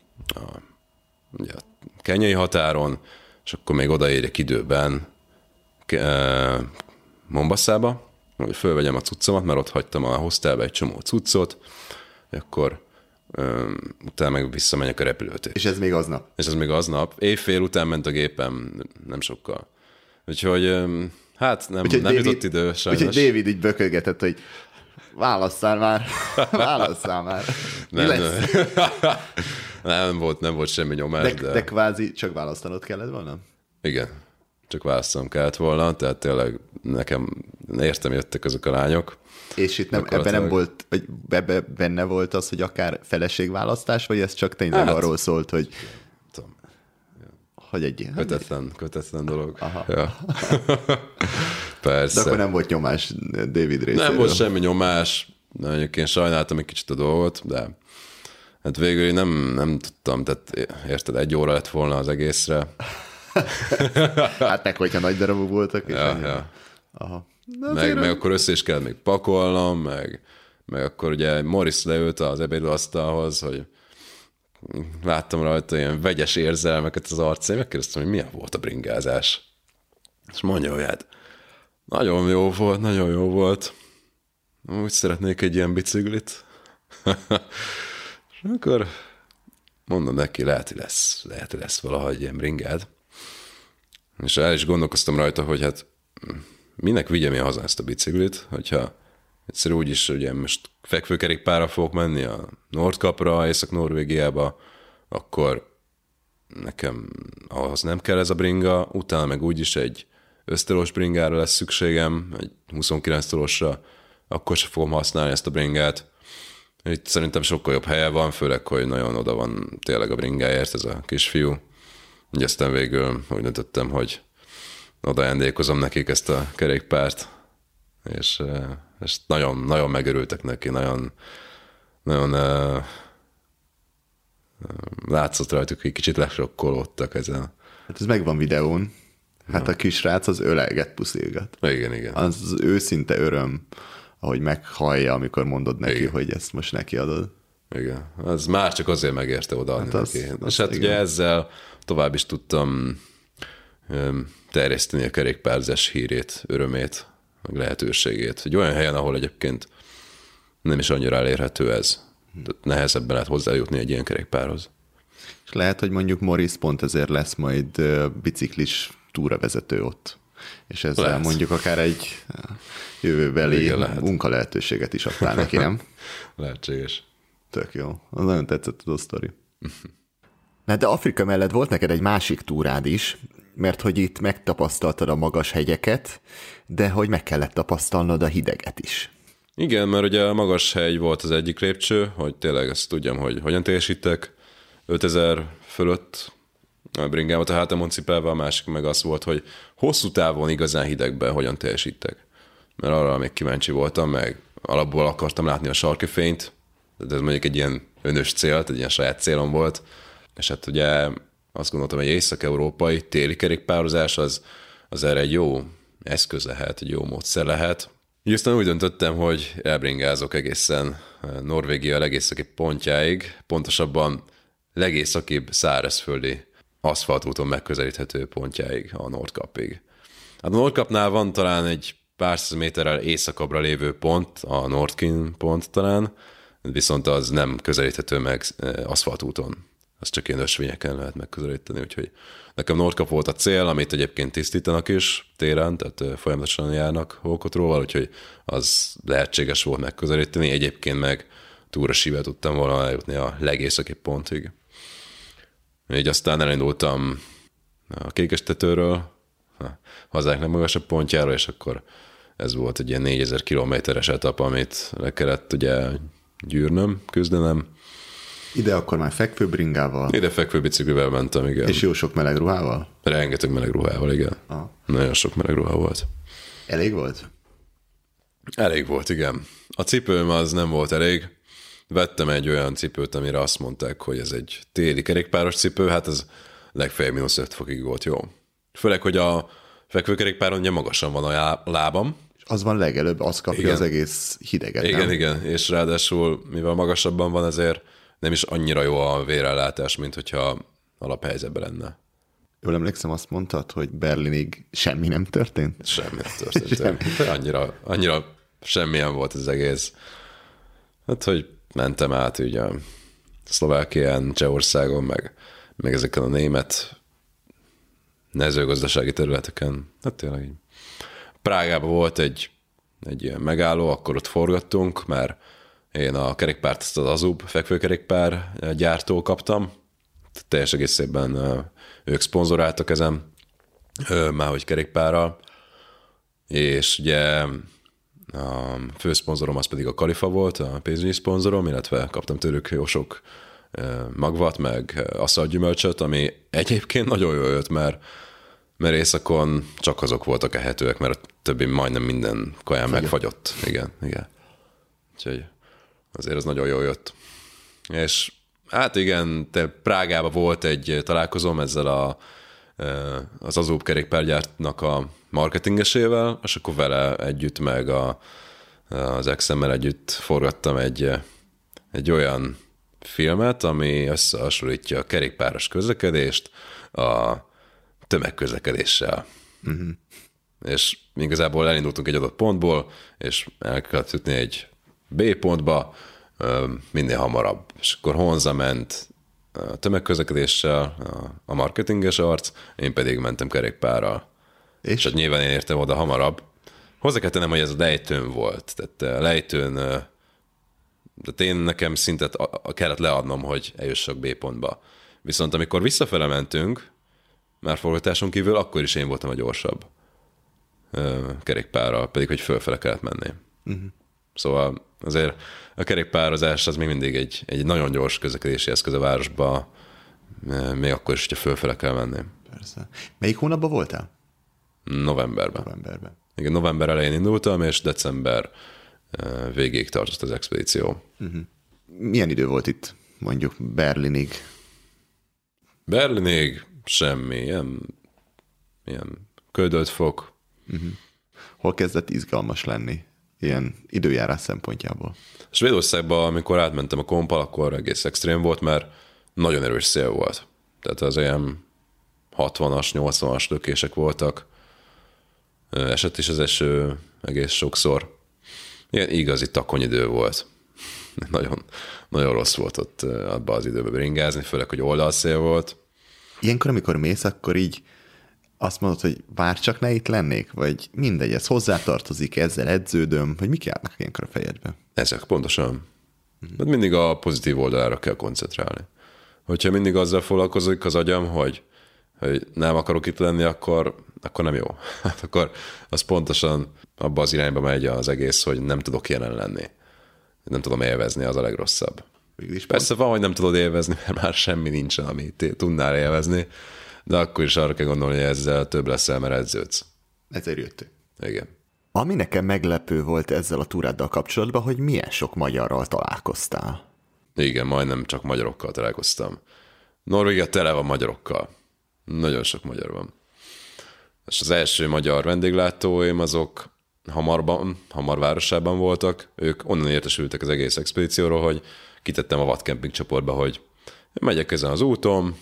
kenyai határon, és akkor még odaérjek időben Mombasszába, hogy fölvegyem a cuccomat, mert ott hagytam a hostelbe egy csomó cuccot, akkor utána meg visszamenjek a repülőtérre. És ez még aznap? És ez még aznap. Éjfél után ment a gépem, nem sokkal. Úgyhogy hát nem jutott idő sajnos. Úgyhogy David így bökölgetett, hogy válasszál már. Nem volt semmi nyomás. De kvázi csak választanod kellett volna? Igen, csak választanom kellett volna, tehát tényleg nekem értem jöttek azok a lányok. És itt ebben nem volt, vagy benne volt az, hogy akár feleségválasztás, vagy ez csak tényleg arról szólt, hogy hogy egy kötetlen dolog. Aha. Ja. Persze. De akkor nem volt nyomás David részéről. Nem volt semmi nyomás, mondjuk én sajnáltam egy kicsit a dolgot, de hát végül nem tudtam, tehát érted, 1 óra lett volna az egészre. Hát meg, hogyha nagy darabok voltak. És ja. Aha. Meg akkor össze is kellett még pakolnom, meg akkor ugye Morris leült az ebédasztalhoz, hogy láttam rajta ilyen vegyes érzelmeket az arcán, megkérdeztem, hogy milyen volt a bringázás. És mondja, hogy hát nagyon jó volt. Úgy szeretnék egy ilyen biciklit. És akkor mondom neki, lehet, hogy lesz valahogy ilyen bringád. És el is gondolkoztam rajta, hogy hát minek vigyem én haza ezt a biciklit, hogyha egyszer úgyis ugye most fekvőkerékpárral fogok menni a Nordkapra, Észak-Norvégiába, akkor nekem ahhoz nem kell ez a bringa, utána meg úgyis egy ösztölós bringára lesz szükségem, egy 29 tolósra, akkor sem fogom használni ezt a bringát. Itt szerintem sokkal jobb helye van, főleg, hogy nagyon oda van tényleg a bringáért ez a kisfiú. Úgy aztán végül úgy döntöttem, hogy oda ajándékozom nekik ezt a kerékpárt, és nagyon, nagyon megörültek neki, nagyon látszott rajtuk, hogy kicsit lesokkolódtak ezen. Hát ez megvan videón. Hát a kisrác az ölelget, puszilgat. Igen. Az őszinte öröm, ahogy meghallja, amikor mondod neki, igen, hogy ezt most neki adod. Igen, az már csak azért megérte odaadni neki. És hát ugye ezzel tovább is tudtam terjeszteni a kerékpárzás hírét, örömét, meg lehetőségét. Egy olyan helyen, ahol egyébként nem is annyira elérhető ez. Tehát nehezebben lehet hozzájutni egy ilyen kerékpárhoz. És lehet, hogy mondjuk Morris pont ezért lesz majd biciklis túravezető ott. És ezzel lehet, mondjuk akár egy jövőbeli munkalehetőséget is adtál neki, nem? Lehetséges. Tök jó. Az nagyon tetszett az a sztori. Na, de Afrika mellett volt neked egy másik túrád is, mert hogy itt megtapasztaltad a magas hegyeket, de hogy meg kellett tapasztalnod a hideget is. Igen, mert ugye a magas hegy volt az egyik lépcső, hogy tényleg ezt tudjam, hogy hogyan teljesítek. 5000 fölött a bringámat a hátamon cipelve, a másik meg az volt, hogy hosszú távon igazán hidegben hogyan teljesítek. Mert arra még kíváncsi voltam, meg alapból akartam látni a sarki fényt, de ez mondjuk egy ilyen önös cél, egy ilyen saját célom volt. És hát ugye azt gondoltam, hogy észak-európai téli kerékpározás az erre egy jó eszköz lehet, egy jó módszer lehet. Így aztán úgy döntöttem, hogy elbringázok egészen Norvégia legészaki pontjáig, pontosabban legészakibb szárazföldi aszfaltúton megközelíthető pontjáig, a Nordkapig. Hát a Nordkapnál van talán egy pár száz méterrel északabbra lévő pont, a Nordkin pont talán, viszont az nem közelíthető meg aszfaltúton. Az csak ilyen ösvényeken lehet megközelíteni, úgyhogy nekem Nordkap volt a cél, amit egyébként tisztítanak is téren, tehát folyamatosan járnak hókotróval, úgyhogy az lehetséges volt megközelíteni, egyébként meg túrasível tudtam volna eljutni a legészaki pontig. Így aztán elindultam a Kékestetőről, a hazánk legmagasabb pontjáról, és akkor ez volt egy ilyen 4000 kilométeres etap, amit le kellett ugye gyűrnöm, küzdenem. Ide akkor már fekvőbringával? Ide fekvőbiciklivel mentem, igen. És jó sok meleg ruhával? Rengeteg meleg ruhával, igen. Aha. Nagyon sok meleg ruha volt. Elég volt? Elég volt, igen. A cipőm az nem volt elég. Vettem egy olyan cipőt, amire azt mondták, hogy ez egy téli kerékpáros cipő, hát ez legfeljebb -5 fokig volt jó. Főleg, hogy a fekvőkerékpáron ugye magasan van a lábam. És az van legelőbb, az kapja igen. Az egész hideget, igen, nem? Igen, és ráadásul, mivel magasabban van, ezért nem is annyira jó a vérellátás, mint hogyha alaphelyzetben lenne. Jól emlékszem, azt mondtad, hogy Berlinig semmi nem történt? Semmi nem történt. annyira semmilyen volt az egész. Hát, hogy mentem át ugye Szlovákián, Csehországon, meg ezeken a német mezőgazdasági területeken. Hát tényleg így. Prágában volt egy ilyen megálló, akkor ott forgattunk, mert én a kerékpárt, ezt az Azub fekvőkerékpár gyártól kaptam. Teljes egészében ők szponzoráltak ezen, márhogy kerékpárral. És ugye a főszponzorom az pedig a Kalifa volt, a pénzügyi szponzorom, illetve kaptam tőlük jó sok magvat, meg aszalgyümölcsöt, ami egyébként nagyon jól jött, mert északon csak azok voltak ehetőek, mert a többi majdnem minden kaján megfagyott. Igen. Úgyhogy azért az nagyon jól jött. És hát igen, Prágában volt egy találkozóm ezzel az Azub kerékpárgyártnak a marketingesével, és akkor vele együtt, meg az exemmel együtt forgattam egy olyan filmet, ami összehasonlítja a kerékpáros közlekedést a tömegközlekedéssel. Uh-huh. És igazából elindultunk egy adott pontból, és el kellett jutni egy B pontba minél hamarabb. És akkor Honza ment a tömegközlekedéssel, a marketinges arc, én pedig mentem kerékpárral. És hát nyilván én értem oda hamarabb. Hozzá kell tennem, hogy ez a lejtőn volt. Tehát a lejtőn, tehát én nekem szintet kellett leadnom, hogy eljussak B pontba. Viszont amikor visszafele mentünk, már forgatáson kívül, akkor is én voltam a gyorsabb kerékpárral, pedig hogy fölfele kellett menni. Uh-huh. Szóval azért a kerékpározás az még mindig egy nagyon gyors közlekedési eszköz a városba, még akkor is, hogyha fölfele kell menni. Persze. Melyik hónapban voltál? Novemberben. Igen, november elején indultam, és december végéig tartott az expedíció. Uh-huh. Milyen idő volt itt, mondjuk Berlinig? Berlinig semmi, ilyen köldölt fok. Uh-huh. Hol kezdett izgalmas lenni, ilyen időjárás szempontjából? Svédországban, amikor átmentem a kompal, akkor egész extrém volt, mert nagyon erős szél volt. Tehát az ilyen 60-as, 80-as lökések voltak. Esett is az eső egész sokszor. Ilyen igazi takonyidő volt. Nagyon, nagyon rossz volt ott abban az időben bringázni, főleg, hogy oldalszél volt. Ilyenkor, amikor mész, akkor így azt mondod, hogy bár csak ne itt lennék, vagy mindegy, ez hozzátartozik, ezzel edződöm, hogy mik járnak ilyenkor a fejedbe? Ezek pontosan. Uh-huh. Mindig a pozitív oldalára kell koncentrálni. hogyha mindig azzal foglalkozik az agyam, hogy nem akarok itt lenni, akkor nem jó. Hát akkor az pontosan abba az irányba megy az egész, hogy nem tudok jelen lenni. Nem tudom élvezni, az a legrosszabb. Persze van, hogy nem tudod élvezni, mert már semmi nincsen, amit tudnál élvezni, de akkor is arra kell gondolni, hogy ezzel több leszel, mert edződsz. Ezért jöttünk. Igen. Ami nekem meglepő volt ezzel a túráddal kapcsolatban, hogy milyen sok magyarral találkoztál. Igen, majdnem csak magyarokkal találkoztam. Norvégia tele van magyarokkal. Nagyon sok magyar van. És az első magyar vendéglátóim azok Hamar városában voltak. Ők onnan értesültek az egész expedícióról, hogy kitettem a vadkemping csoportba, hogy megyek ezen az úton,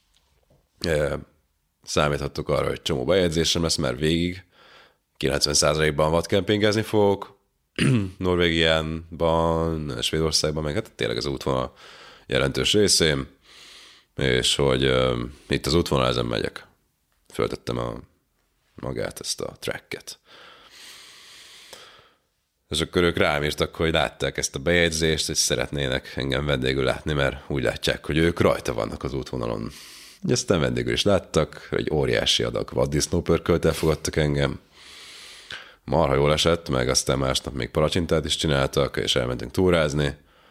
számíthattok arra, hogy csomó bejegyzésem lesz, mert végig 90%-ban vadkempingezni fogok, Norvégiában, Svédországban, meg hát tényleg az útvonal jelentős részén, és hogy itt az útvonal ezen megyek. Föltettem magát ezt a tracket. És akkor ők rám írtak, hogy látták ezt a bejegyzést, hogy szeretnének engem vendégül látni, mert úgy látják, hogy ők rajta vannak az útvonalon. Aztán vendégül is láttak, egy óriási adag vaddisznópörköltel fogadtak engem. Marha jól esett, meg aztán másnap még palacsintát is csináltak, és elmentünk túrázni.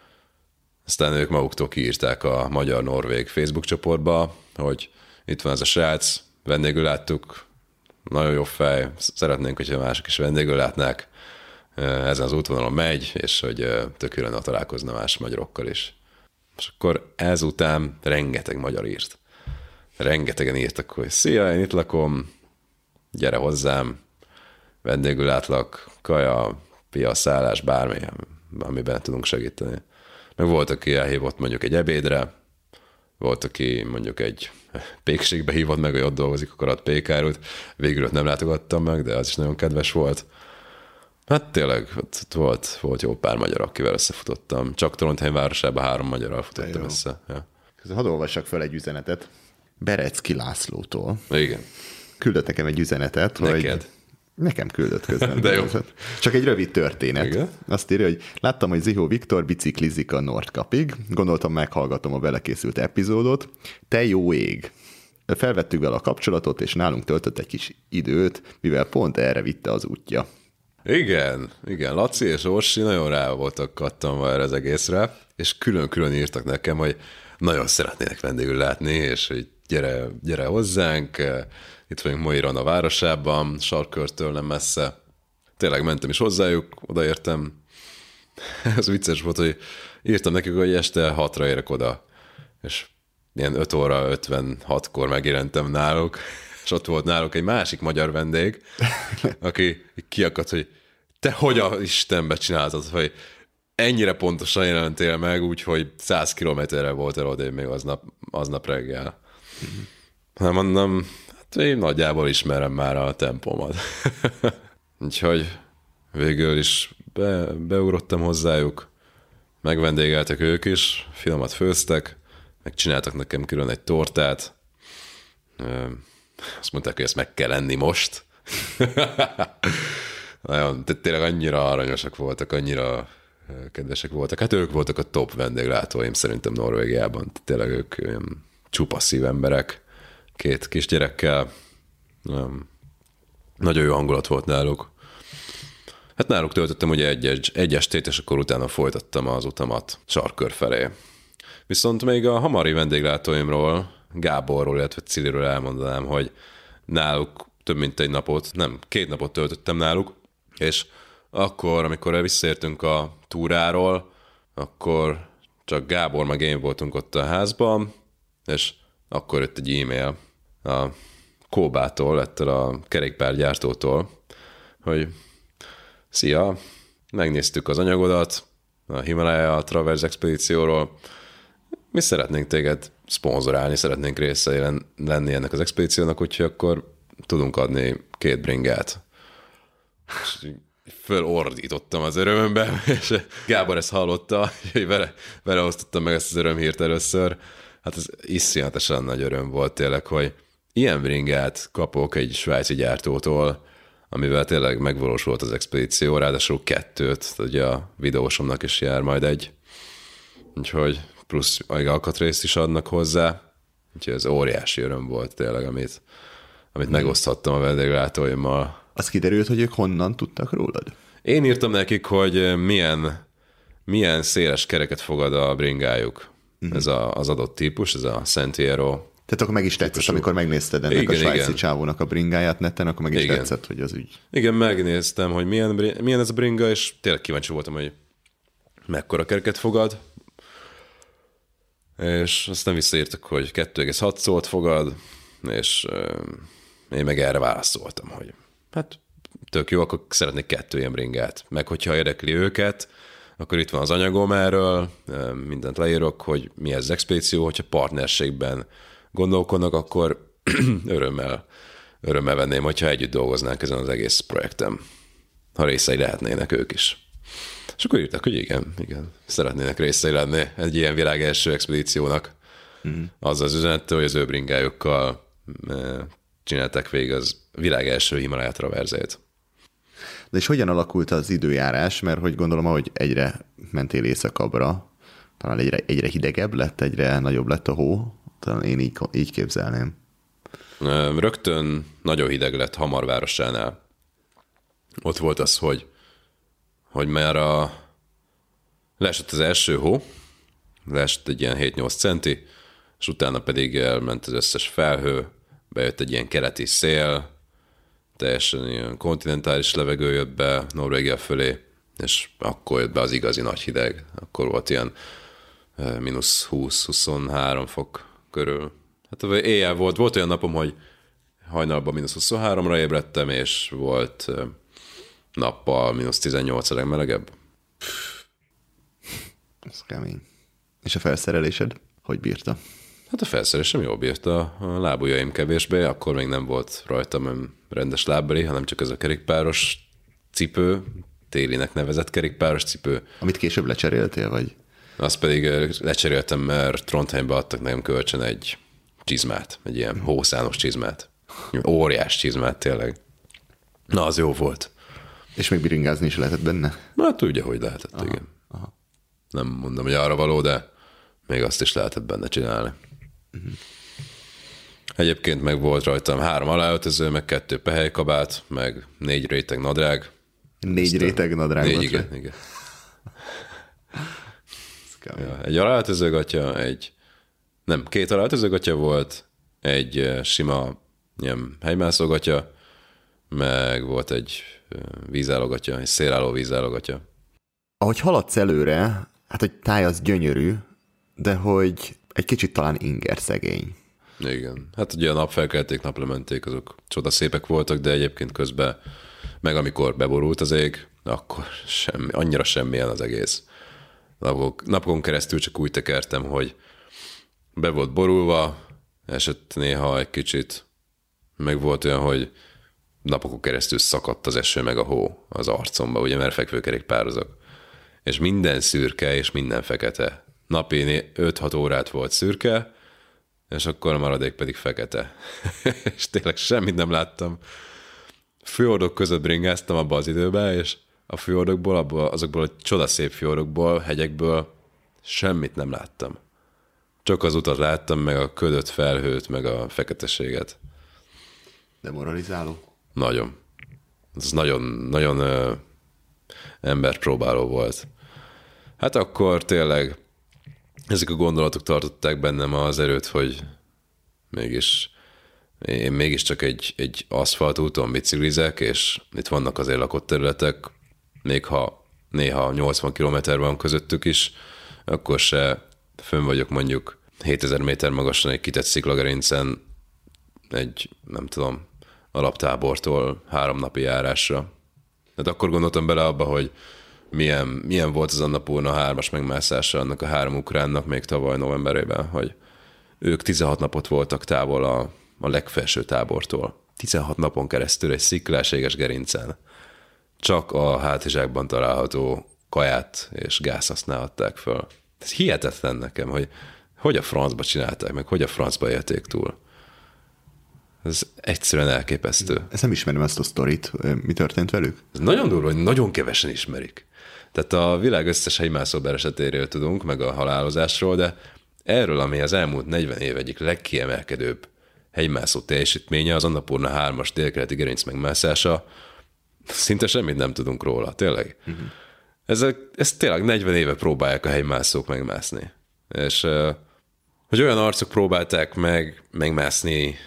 Aztán ők maguktól kiírták a magyar-norvég Facebook csoportba, hogy itt van ez a srác, vendégül láttuk, nagyon jó fej, szeretnénk, hogyha mások is vendégül látnák, ezen az útvonalon megy, és hogy tök jó lenne találkozna más magyarokkal is. És akkor ezután rengeteg magyar írt. Rengetegen írtak, hogy szia, én itt lakom, gyere hozzám, vendégül látlak, kaja, pia, szállás, bármi, amiben tudunk segíteni. Meg volt, aki elhívott mondjuk egy ebédre, volt, aki mondjuk egy pékségbe hívott meg, hogy ott dolgozik, akkor ad pékárút. Végül ott nem látogattam meg, de az is nagyon kedves volt. Hát tényleg, volt jó pár magyar, akivel összefutottam. Csak Trondheim városában 3 magyarral futottam össze. Ja. Hadd olvassak fel egy üzenetet. Berecki Lászlótól. Igen. Küldött nekem egy üzenetet, Neked? hogy... Nekem küldött közben. De jó. Csak egy rövid történet. Igen? Azt írja, hogy láttam, hogy Zihó Viktor biciklizik a Nordkapig. Gondoltam, meghallgatom a belekészült epizódot. Te jó ég! Felvettük vele a kapcsolatot, és nálunk töltött egy kis időt, mivel pont erre vitte az útja. Igen. Laci és Orsi nagyon rá voltak kattanva erre az egészre, és külön-külön írtak nekem, hogy nagyon szeretnének vendégül látni, és hogy gyere hozzánk, itt vagyunk Moiron a városában, Sarkkörtől nem messze. Tényleg mentem is hozzájuk, odaértem. Ez vicces volt, hogy írtam nekik, hogy este 6-ra érek oda, és ilyen 5 óra 56-kor megjelentem náluk, és ott volt náluk egy másik magyar vendég, aki kiakadt, hogy te hogy a Istenbe csináltad, hogy ennyire pontosan jelentél meg, úgyhogy 100 kilométerre volt el odébb még aznap reggel. Hát mondom, hát én nagyjából ismerem már a tempómat. Úgyhogy végül is beugrottam hozzájuk, megvendégeltek ők is, finomat főztek, megcsináltak nekem külön egy tortát. Azt mondták, hogy ezt meg kell enni most. Nagyon, tényleg annyira aranyosak voltak, annyira kedvesek voltak. Hát ők voltak a top vendéglátóim szerintem Norvégiában. Tényleg ők csupa szívemberek, 2 kisgyerekkel. Nagyon jó hangulat volt náluk. Hát náluk töltöttem ugye egy estét, és akkor utána folytattam az utamat Sarkkör felé. Viszont még a hamari vendéglátóimról, Gáborról, illetve Ciliről elmondanám, hogy náluk több mint 1 napot, nem, 2 napot töltöttem náluk, és akkor, amikor visszaértünk a túráról, akkor csak Gábor meg én voltunk ott a házban, és akkor jött egy e-mail a Kóbától, ettől a kerékpárgyártótól, hogy szia, megnéztük az anyagodat a Himalaya Traverse expedícióról, mi szeretnénk téged szponzorálni, szeretnénk részei lenni ennek az expedíciónak, úgyhogy akkor tudunk adni 2 bringát. És fölordítottam az örömömbe, és Gábor ezt hallotta, hogy vele osztottam meg ezt az örömhírt először. Hát ez iszonyatosan nagy öröm volt tényleg, hogy ilyen bringát kapok egy svájci gyártótól, amivel tényleg megvalósult az expedíció, ráadásul 2, ugye a videósomnak is jár majd egy. Úgyhogy plusz alkatrészt is adnak hozzá, úgyhogy ez óriási öröm volt tényleg, amit megoszthattam a vendéglátóimmal. Az kiderült, hogy ők honnan tudtak rólad? Én írtam nekik, hogy milyen széles kereket fogad a bringájuk. Ez az adott típus, ez a Sentiero. Tehát akkor meg is tetszett, amikor megnézted ennek a svájci csávónak a bringáját neten, akkor meg is tetszett, hogy az ügy. Igen, megnéztem, hogy milyen ez a bringa, és tényleg kíváncsi voltam, hogy mekkora kereket fogad. És aztán visszaírtak, hogy 2,6 szót fogad, és én meg erre válaszoltam, hogy hát tök jó, akkor szeretnék 2 ilyen bringát. Meg hogyha érdekli őket, akkor itt van az anyagom erről, mindent leírok, hogy mi ez az expedíció, hogyha partnerségben gondolkodnak, akkor örömmel venném, hogyha együtt dolgoznánk ezen az egész projektem, ha részei lehetnének ők is. És akkor írtak, hogy igen, szeretnének részei lenni egy ilyen világ első expedíciónak. Az az üzenet, hogy az ő bringájukkal csinálták végig az világ első Himalája traverzét. De és hogyan alakult az időjárás? Mert hogy gondolom, ahogy egyre mentél északabbra, talán egyre hidegebb lett, egyre nagyobb lett a hó, talán én így képzelném. Rögtön nagyon hideg lett Hamarvárosánál. Ott volt az, hogy már leesett az első hó, leesett egy ilyen 7-8 centi, és utána pedig elment az összes felhő, bejött egy ilyen keleti szél, teljesen ilyen kontinentális levegő jött be Norvégia fölé, és akkor jött be az igazi nagy hideg. Akkor volt ilyen mínusz 20-23 fok körül. Hát éjjel volt olyan napom, hogy hajnalban mínusz 23-ra ébredtem, és volt nappal mínusz 18 a legmelegebb. Ez kemény. És a felszerelésed hogy bírta? Hát a felszerelésem jól bírta, a lábujjaim kevésbé, akkor még nem volt rajtam rendes lábbeli, hanem csak ez a kerékpáros cipő, télinek nevezett kerékpáros cipő. Amit később lecseréltél, vagy? Azt pedig lecseréltem, mert Trondheimbe adtak nekem kölcsön egy csizmát, egy ilyen hószános csizmát. Óriás csizmát tényleg. Na, az jó volt. És még biringázni is lehetett benne? Hát tudja, hogy lehetett, aha, igen. Aha. Nem mondom, hogy arra való, de még azt is lehetett benne csinálni. Uh-huh. Egyébként meg volt rajtam 3 aláöltöző, meg 2 pehelykabát, meg 4 réteg nadrág. 4 réteg nadrág? 4, igen. Ja, egy aláöltözőgatya, 2 aláöltözőgatya volt, egy sima ilyen helymászógatya, meg volt egy vízállogatya, egy szélálló vízállogatya. Ahogy haladsz előre, hát hogy táj az gyönyörű, de hogy egy kicsit talán ingerszegény. Igen. Hát ugye a napfelkelték, naplementék, azok csodaszépek voltak, de egyébként közben, meg amikor beborult az ég, akkor annyira semmilyen az egész. Napokon keresztül csak úgy tekertem, hogy be volt borulva, esett néha egy kicsit, meg volt olyan, hogy napokon keresztül szakadt az eső meg a hó az arcomba, ugye, mert fekvőkerékpározok. És minden szürke, és minden fekete. Napi 5-6 órát volt szürke, és akkor a maradék pedig fekete. És tényleg semmit nem láttam. Fjordok között bringáztam abba az időben, és a fjordokból, azokból a csodaszép fjordokból, hegyekből semmit nem láttam. Csak az utat láttam, meg a ködöt felhőt, meg a feketeséget. Demoralizáló. Nagyon. Ez nagyon emberpróbáló volt. Hát akkor tényleg ezek a gondolatok tartották bennem az erőt, hogy én mégiscsak egy aszfalt úton biciklizek, és itt vannak azért lakott területek, még ha néha 80 km van közöttük is, akkor se fönn vagyok mondjuk 7000 méter magasan egy kitett sziklagerincen egy, nem tudom, alaptábortól 3 napi járásra. Hát akkor gondoltam bele abba, hogy milyen volt az Annapurna 3-as megmászása annak a 3 ukránnak még tavaly novemberében, hogy ők 16 napot voltak távol a legfelső tábortól. 16 napon keresztül egy sziklás gerincen. Csak a hátizsákban található kaját és gáz használhatták föl. Ez hihetetlen nekem, hogy a francba csinálták, meg hogy a francba élték túl. Ez egyszerűen elképesztő. Ezt nem ismerem, ezt a sztorit. Mi történt velük? Ez nagyon durva, hogy nagyon kevesen ismerik. Tehát a világ összes hegymászó balesetéről tudunk, meg a halálozásról, de erről, ami az elmúlt 40 év egyik legkiemelkedőbb hegymászó teljesítménye, az Annapurna 3-as délkeleti gerinc megmászása, szinte semmit nem tudunk róla, tényleg. Ezt tényleg 40 éve próbálják a hegymászók megmászni. És hogy olyan arcok próbálták megmászni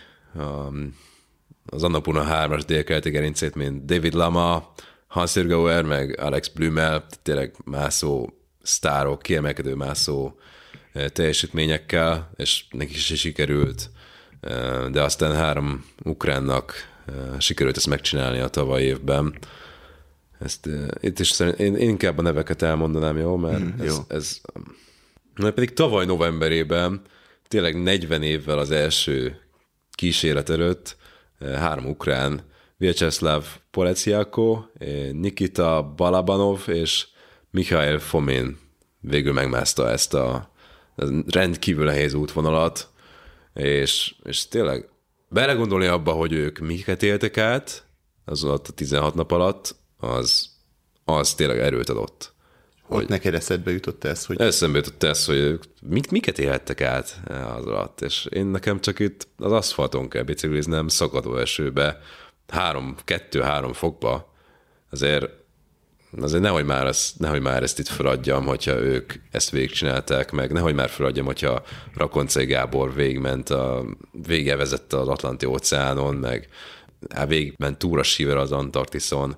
az Annapurna 3-as délkeleti gerincét, mint David Lama, Hans Irgauer, meg Alex Blümel, tényleg mászó sztárok, kiemelkedő mászó teljesítményekkel, és nekik is sikerült, de aztán 3 ukránnak sikerült ezt megcsinálni a tavalyi évben. Itt is én inkább a neveket elmondanám, jó? Mert ez mert pedig tavaly novemberében, tényleg 40 évvel az első kísérlet előtt 3 ukrán, Vyacheslav Poleciako, Nikita Balabanov és Mikhail Fomin végül megmászta ezt a rendkívül nehéz útvonalat, és tényleg belegondolni abba, hogy ők miket éltek át, az alatt a 16 nap alatt, az tényleg erőt adott. Ott neked eszedbe jutott ez, hogy... Eszembe jutott ez, hogy ők miket élhettek át az alatt, és én nekem csak itt az aszfalton kell bicikliznem, szakadó esőbe, 2-3 fokba, azért nehogy már ezt itt feladjam, hogyha ők ezt végigcsinálták meg, nehogy már feladjam, hogyha Rakoncai Gábor végigvezette az Atlanti óceánon, meg végigment túrasíver az Antarktiszon.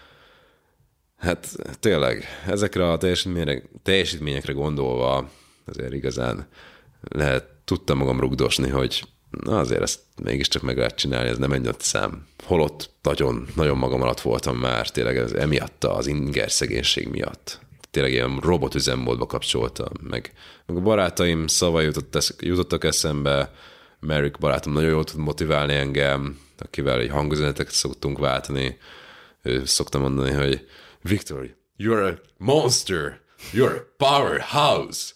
Hát tényleg, ezekre a teljesítményekre gondolva azért igazán tudtam magam rugdosni, hogy azért ezt mégiscsak meg lehet csinálni, ez nem egy nagy szám. Holott nagyon, nagyon magam alatt voltam már, tényleg ez emiatt az inger szegénység miatt. Tényleg ilyen robotüzemmódba kapcsoltam, meg a barátaim szavai jutottak eszembe, Merrick barátom nagyon jól tud motiválni engem, akivel egy hangüzeneteket szoktunk váltani. Ő szokta mondani, hogy Victor, you're a monster, you're a powerhouse.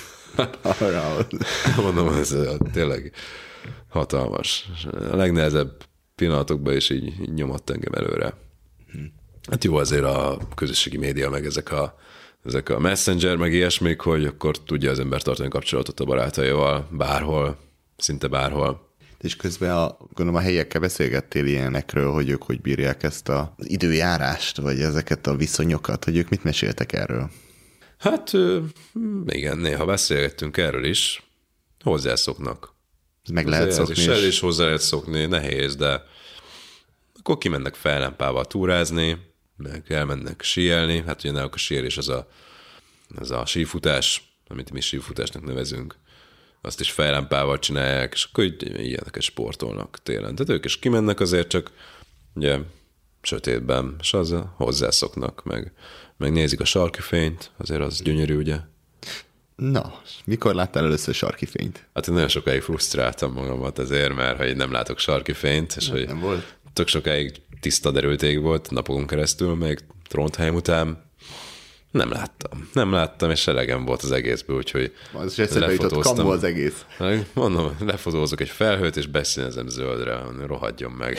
Mondom, ez tényleg hatalmas. A legnehezebb pillanatokban is így nyomott engem előre. Hát jó azért a közösségi média, meg ezek a messenger, meg ilyesmik, hogy akkor tudja az ember tartani kapcsolatot a barátaival, bárhol, szinte bárhol. És közben gondolom a helyekkel beszélgettél ilyenekről, hogy ők hogy bírják ezt az időjárást, vagy ezeket a viszonyokat, hogy ők mit meséltek erről? Hát igen, néha beszélgettünk erről is, hozzászoknak. Meg lehet szokni is. És hozzá lehet szokni, nehéz, de akkor kimennek fejlámpával túrázni, meg elmennek síelni, hát ugye náluk a síelés az a sífutás, amit mi sífutásnak nevezünk, azt is fejlámpával csinálják, és akkor ilyeneket sportolnak télen. Tehát ők is kimennek azért, csak ugye sötétben, és azzal hozzászoknak, meg nézik a sarki fényt, azért az gyönyörű, ugye? Na, mikor láttál először sarki fényt? Hát én nagyon sokáig frusztráltam magamat azért, mert hogy nem látok sarki fényt, és hogy nem volt. Tök sokáig tiszta derülték volt napokon keresztül, még Trondheim után nem láttam, és elegem volt az egészből, úgyhogy az is eszembe jutott, kamu az egész. Mondom, lefotózok egy felhőt, és beszínezem zöldre, rohadjon meg.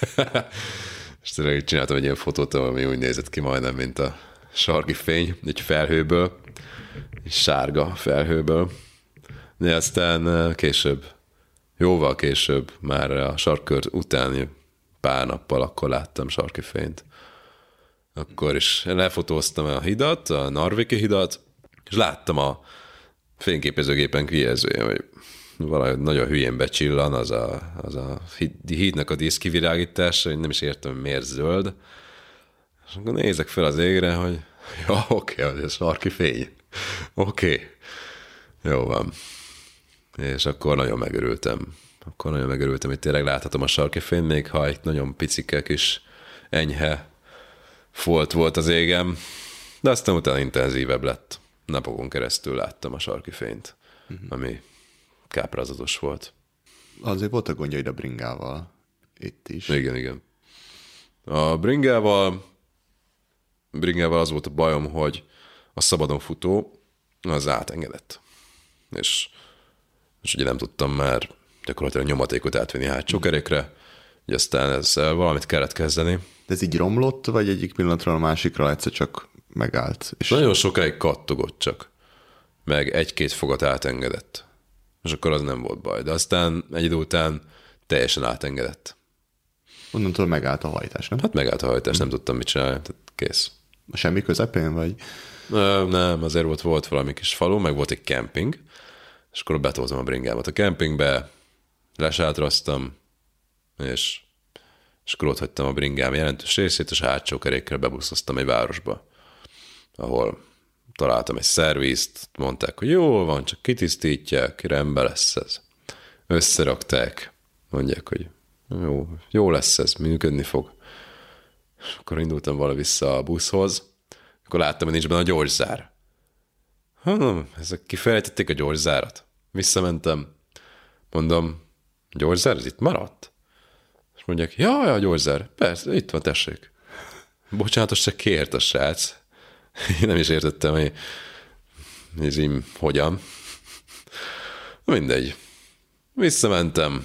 És tényleg csináltam egy ilyen fotót, ami úgy nézett ki majdnem, mint a sarki fény, egy felhőből, egy sárga felhőből. De aztán jóval később, már a sarkkör utáni pár nappal akkor láttam sarki fényt. Akkor is lefotóztam a hidat, a Narviki hidat, és láttam a fényképezőgépen kijelzője, hogy valahogy nagyon hülyén becsillan az a hídnak a díszkivirágítása, hogy nem is értem, hogy miért zöld. És akkor nézek fel az égre, hogy ja, oké, az a sarki fény. Oké. Jó van. És akkor nagyon megörültem. Hogy tényleg láthatom a sarki fényt, még ha egy nagyon picike kis enyhe folt volt az égem, de aztán utána intenzívebb lett. Napokon keresztül láttam a sarki fényt, ami káprázatos volt. Azért voltak gondjaid a bringával itt is. Igen. A bringával az volt a bajom, hogy a szabadon futó az átengedett. És ugye nem tudtam már gyakorlatilag nyomatékot átvenni hátsó kerékre, hogy aztán ezzel valamit kellett kezdeni. De ez így romlott, vagy egyik pillanatról a másikra egyszer csak megállt. És Nagyon sokáig kattogott csak, meg egy-két fogat átengedett. És akkor az nem volt baj. De aztán egy idő után teljesen átengedett. onnantól megállt a hajtás, nem? Hát megállt a hajtás, nem tudtam mit csinálni, tehát kész. Semmi közepén, vagy? Nem, azért volt valami kis falu, meg volt egy kemping, és akkor betoltam a bringámat a kempingbe, lesátraztam, és akkor ott hagytam a bringám jelentős részét, és a hátsó kerékkel bebuszoztam egy városba, ahol találtam egy szervizt, mondták, hogy jó van, csak kitisztítják, rendben lesz ez. Összerakták, mondják, hogy jó lesz ez, működni fog. És akkor indultam vala vissza a buszhoz, akkor láttam, hogy nincs benne a gyorszár. Ezek kifejtették a gyorszárat. Visszamentem, mondom, gyorszár, ez itt maradt? És mondják, ja, a gyorszár, persze, itt van, tessék. Bocsánatot se kért a srác. Én nem is értettem, hogy ez így hogyan. Mindegy. Visszamentem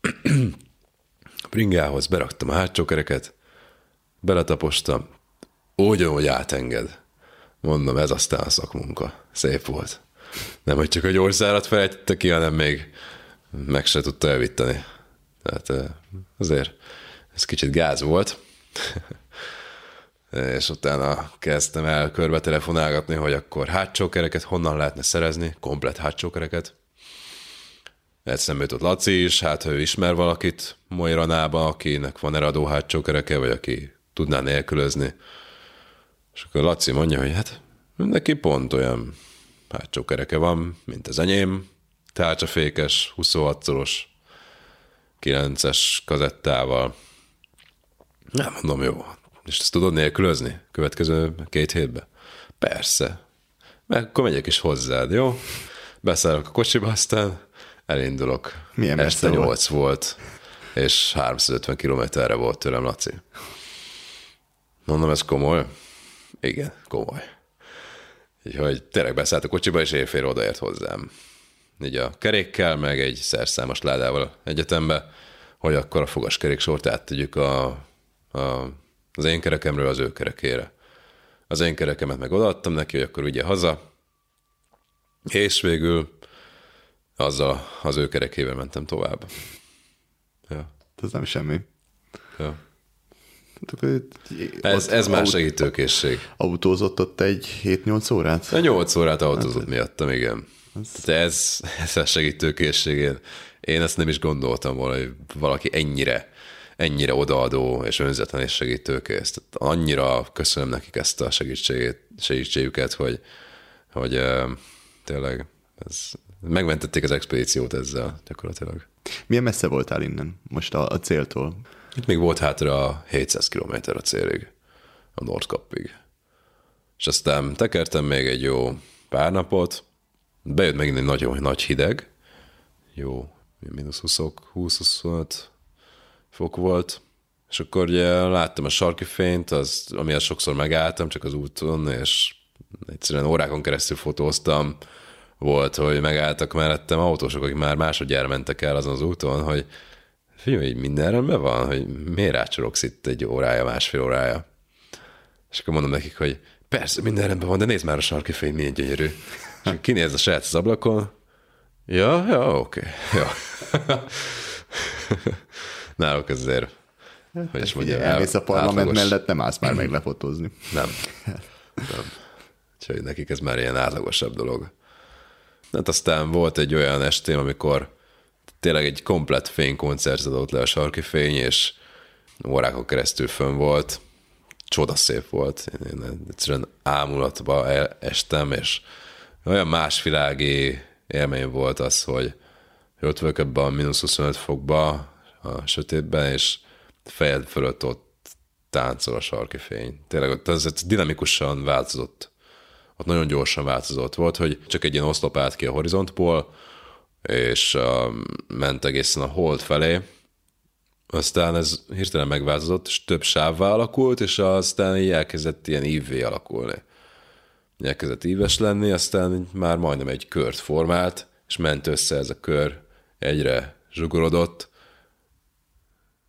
a bringához, beraktam a hátsó kereket, beletapostam, ugyanúgy átenged. Mondom, ez aztán a szakmunka. Szép volt. Nem, hogy csak a gyorszárat felejtette ki, hanem még meg se tudta elvitteni. Tehát azért ez kicsit gáz volt. És utána kezdtem el körbe telefonálgatni, hogy akkor hátsó kereket honnan lehetne szerezni, komplett hátsó kereket. Eszembe jutott Laci is, hát ha ő ismer valakit Moiranába, akinek van eradó hátsó kereke, vagy aki tudná nélkülözni. És akkor Laci mondja, hogy hát neki pont olyan hátsó kereke van, mint az enyém, tárcsafékes, 26-szoros, 9-es kazettával. Nem mondom, jó. És ezt tudod nélkülözni? Következő 2 hétben? Persze. Meg akkor megyek is hozzád, jó? Beszállok a kocsiba, aztán elindulok. Milyen este 8 volt, és 350 kilométerre volt tőlem Laci. Mondom, ez komoly? Igen, komoly. Úgyhogy tényleg beszállt a kocsiba, és éjfél odaért hozzám. Így a kerékkel, meg egy szerszámos ládával egyetembe, hogy akkor a fogaskeréksort áttegyük az én kerekemről az ő kerekére. Az én kerekemet meg odaadtam neki, hogy akkor vigye haza, és végül azzal az ő kerekével mentem tovább. Ja. Ez nem semmi. Ja. Ez már segítőkészség. Autózott ott egy 7-8 órát? 8 órát autózott miattam, igen. Ez a segítőkészség. Én ezt nem is gondoltam volna, hogy valaki ennyire odaadó és önzetlen és segítőkész. Tehát annyira köszönöm nekik ezt a segítségüket, hogy tényleg megmentették az expedíciót ezzel gyakorlatilag. Milyen messze voltál innen most a céltól? Itt még volt hátra 700 kilométer a célig, a Nordkappig. És aztán tekertem még egy jó pár napot, bejött megint egy nagyon nagy hideg, jó, mínusz 20-25 fok volt, és akkor ugye láttam a sarki fényt, amiatt sokszor megálltam csak az úton, és egyszerűen órákon keresztül fotóztam, volt, hogy megálltak mellettem autósok, akik már másodjára mentek el azon az úton, hogy figyelj, hogy minden rendben van, hogy miért rácsorogsz itt egy órája, másfél órája. És akkor mondom nekik, hogy persze, minden rendben van, de nézd már a sarki fény, milyen gyönyörű. És kinéz a srác az ablakon. Ja, oké. Ja. Náluk azért, hogy is mondjam, elmész a parlament mellett, nem állsz már meg lefotózni. Nem. Úgyhogy nekik ez már ilyen átlagosabb dolog. Hát aztán volt egy olyan estém, amikor tényleg egy komplett fénykoncert adott le a sarki fény, és órákon keresztül fönn volt. Csodaszép volt. Én egyszerűen ámulatba estem, és olyan másvilági élmény volt az, hogy ott vagyok ebben a mínusz 25 fokba a sötétben, és fejed fölött ott táncol a sarki fény. Tényleg ott ez dinamikusan változott. Ott nagyon gyorsan változott volt, hogy csak egy ilyen oszlop állt ki a horizontból, és ment egészen a hold felé. Aztán ez hirtelen megváltozott, és több sávvá alakult, és aztán így elkezdett ilyen ívvé alakulni. Elkezdett íves lenni, aztán már majdnem egy kört formált, és ment össze ez a kör, egyre zsugorodott,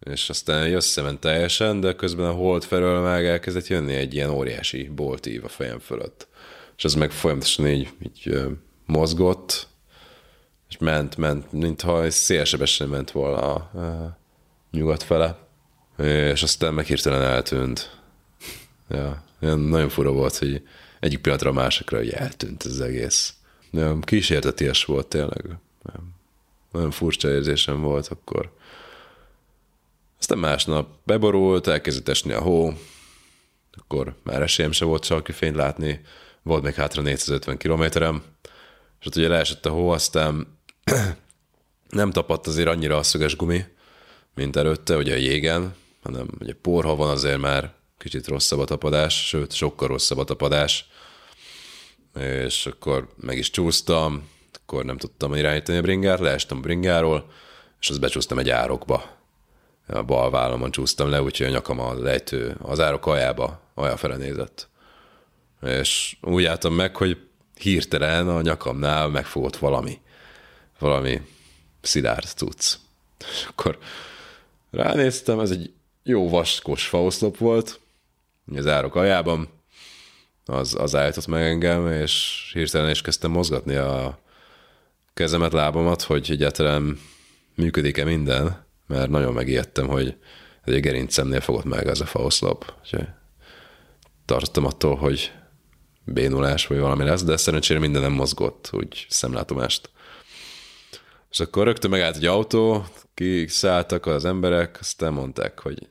és aztán összement teljesen, de közben a hold felől meg elkezdett jönni egy ilyen óriási boltív a fejem fölött. És ez meg folyamatosan így mozgott, és ment, mintha szélsebesen ment volna nyugat fele, és aztán meg hirtelen eltűnt. Ja, nagyon fura volt, hogy egyik pillanatra a másikra hogy eltűnt ez az egész. Kísérteties volt tényleg. Nagyon furcsa érzésem volt akkor. Aztán másnap beborult, elkezdett esni a hó, akkor már esélyem se volt sarkifényt látni, volt még hátra 450 kilométerem, és ott ugye leesett a hó, aztán nem tapadt azért annyira a szöges gumi, mint előtte, ugye a jégen, hanem ugye porha van, azért már kicsit rosszabb a tapadás, sőt, sokkal rosszabb a tapadás, és akkor meg is csúsztam, akkor nem tudtam irányítani a bringát, leestem a bringáról, és azt becsúsztam egy árokba. A bal vállamon csúsztam le, úgyhogy a nyakam a lejtő az árok alja fele nézett. És úgy álltam meg, hogy hirtelen a nyakamnál megfogott valami szilárd cucc. És akkor ránéztem, ez egy jó vaskos faoszlop volt, az árok aljában, az állított meg engem, és hirtelen is kezdtem mozgatni a kezemet, lábamat, hogy egyáltalán működik-e minden, mert nagyon megijedtem, hogy egy gerincemnél fogott meg ez a faoszlop. Úgyhogy tartottam attól, hogy bénulás vagy valami lesz, de szerencsére minden nem mozgott, úgy szemlátomást. És akkor rögtön megállt egy autó, kiszálltak az emberek, aztán mondták, hogy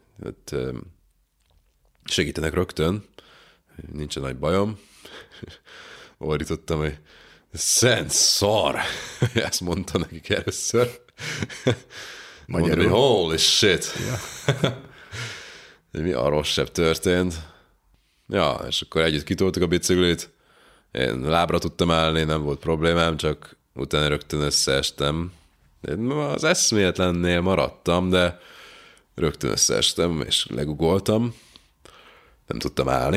segítenek rögtön, nincsen nagy bajom. Ordítottam, hogy szent szar! Ezt mondta nekik először. Mondom, hogy holy shit! Ja. Mi a rosszabb történt. Ja, és akkor együtt kitoltuk a biciklit. Én lábra tudtam állni, nem volt problémám, csak utána rögtön összeestem. Én az eszméletlennél maradtam, de rögtön összeestem, és legugoltam. Nem tudtam állni.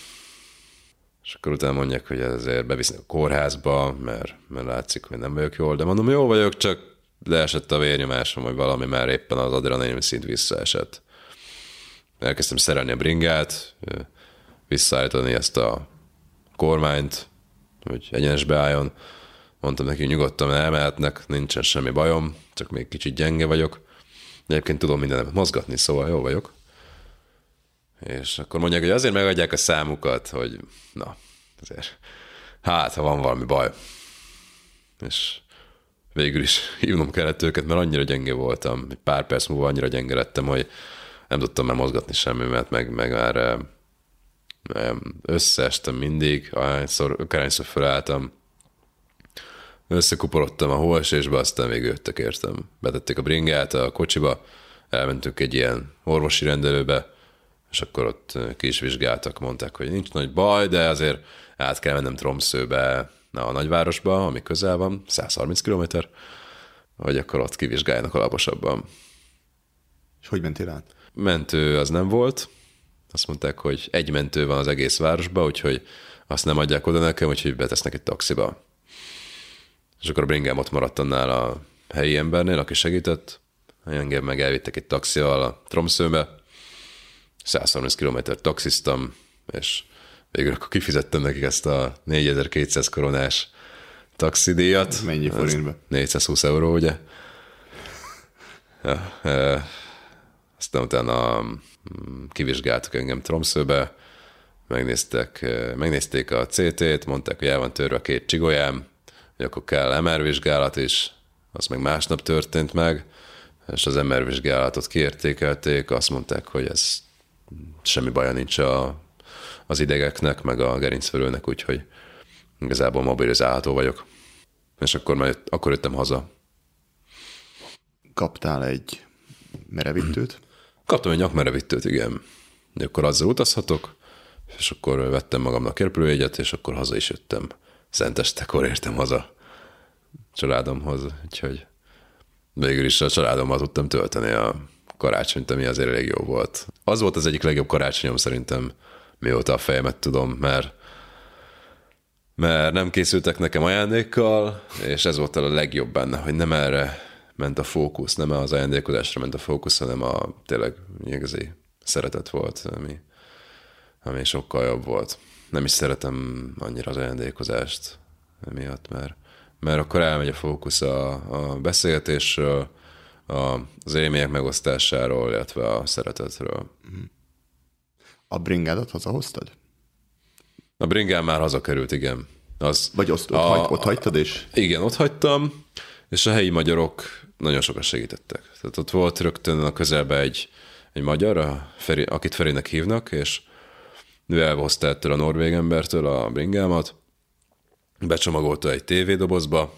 És akkor utána mondják, hogy ezért bevisznek a kórházba, mert látszik, hogy nem vagyok jól, de mondom, jól vagyok, csak leesett a vérnyomásom, vagy valami, már éppen az adrenalin szint visszaesett. Elkezdtem szerelni a bringát, visszaállítani ezt a kormányt, hogy egyenesbe álljon. Mondtam neki, nyugodtan elmehetnek, nincsen semmi bajom, csak még kicsit gyenge vagyok. De egyébként tudom mindenet mozgatni, szóval jól vagyok. És akkor mondják, hogy azért megadják a számukat, hogy na, azért, hát, ha van valami baj. És végül is hívnom kellett őket, mert annyira gyenge voltam. Egy pár perc múlva annyira gyenge lettem, hogy nem tudtam már mozgatni semmimet, meg már összeestem mindig, akárhányszor felálltam. Összekuporodtam a hóesésbe, aztán végül jöttek értem. Betették a bringát a kocsiba, elmentünk egy ilyen orvosi rendelőbe, és akkor ott ki is vizsgáltak, mondták, hogy nincs nagy baj, de azért át kell mennem Tromsøbe, a nagyvárosba, ami közel van, 130 kilométer, hogy akkor ott kivizsgáljanak alaposabban. És hogy mentél át? Mentő az nem volt. Azt mondták, hogy egy mentő van az egész városba, úgyhogy azt nem adják oda nekem, úgyhogy betesznek egy taxiba. És akkor a bringám ott maradt annál a helyi embernél, aki segített. Engem meg elvittek egy taxival a Tromsøbe. 130 kilométer taxiztam, és végül akkor kifizettem nekik ezt a 4200 koronás taxidíjat. Mennyi forintba? 420 euró, ugye? Ja, aztán utána kivizsgáltuk engem Tromsøbe, megnézték a CT-t, mondták, hogy el van törve a 2 csigolyám, hogy akkor kell MR vizsgálat is, az meg másnap történt meg, és az MR vizsgálatot kiértékelték, azt mondták, hogy ez semmi baja nincs az idegeknek, meg a gerincvelőnek, úgyhogy igazából mobilizálható vagyok. És akkor jöttem haza. Kaptál egy merevítőt? Kaptam egy nyakmerevítőt, igen. De akkor azzal utazhatok, és akkor vettem magamnak repülőjegyet, és akkor haza is jöttem. Szentestekor értem haza családomhoz, úgyhogy végül is a családommal tudtam tölteni a karácsonyt, ami azért elég jó volt. Az volt az egyik legjobb karácsonyom szerintem, mióta a fejemet tudom, mert nem készültek nekem ajándékkal, és ez volt a legjobb benne, hogy nem erre ment a fókusz, nem az ajándékozásra ment a fókusz, hanem tényleg igazi szeretet volt, ami sokkal jobb volt. Nem is szeretem annyira az ajándékozást emiatt, mert akkor elmegy a fókusz a beszélgetésről, az élmények megosztásáról, illetve a szeretetről. A bringádat hazahoztad? A bringám már hazakerült, igen. Vagy ott hagytad is? Igen, ott hagytam, és a helyi magyarok nagyon sokat segítettek. Tehát ott volt rögtön a közelben egy magyar, akit Ferinek hívnak, és ő elhozta ettől a norvég embertől a bringámat, becsomagolta egy tévédobozba,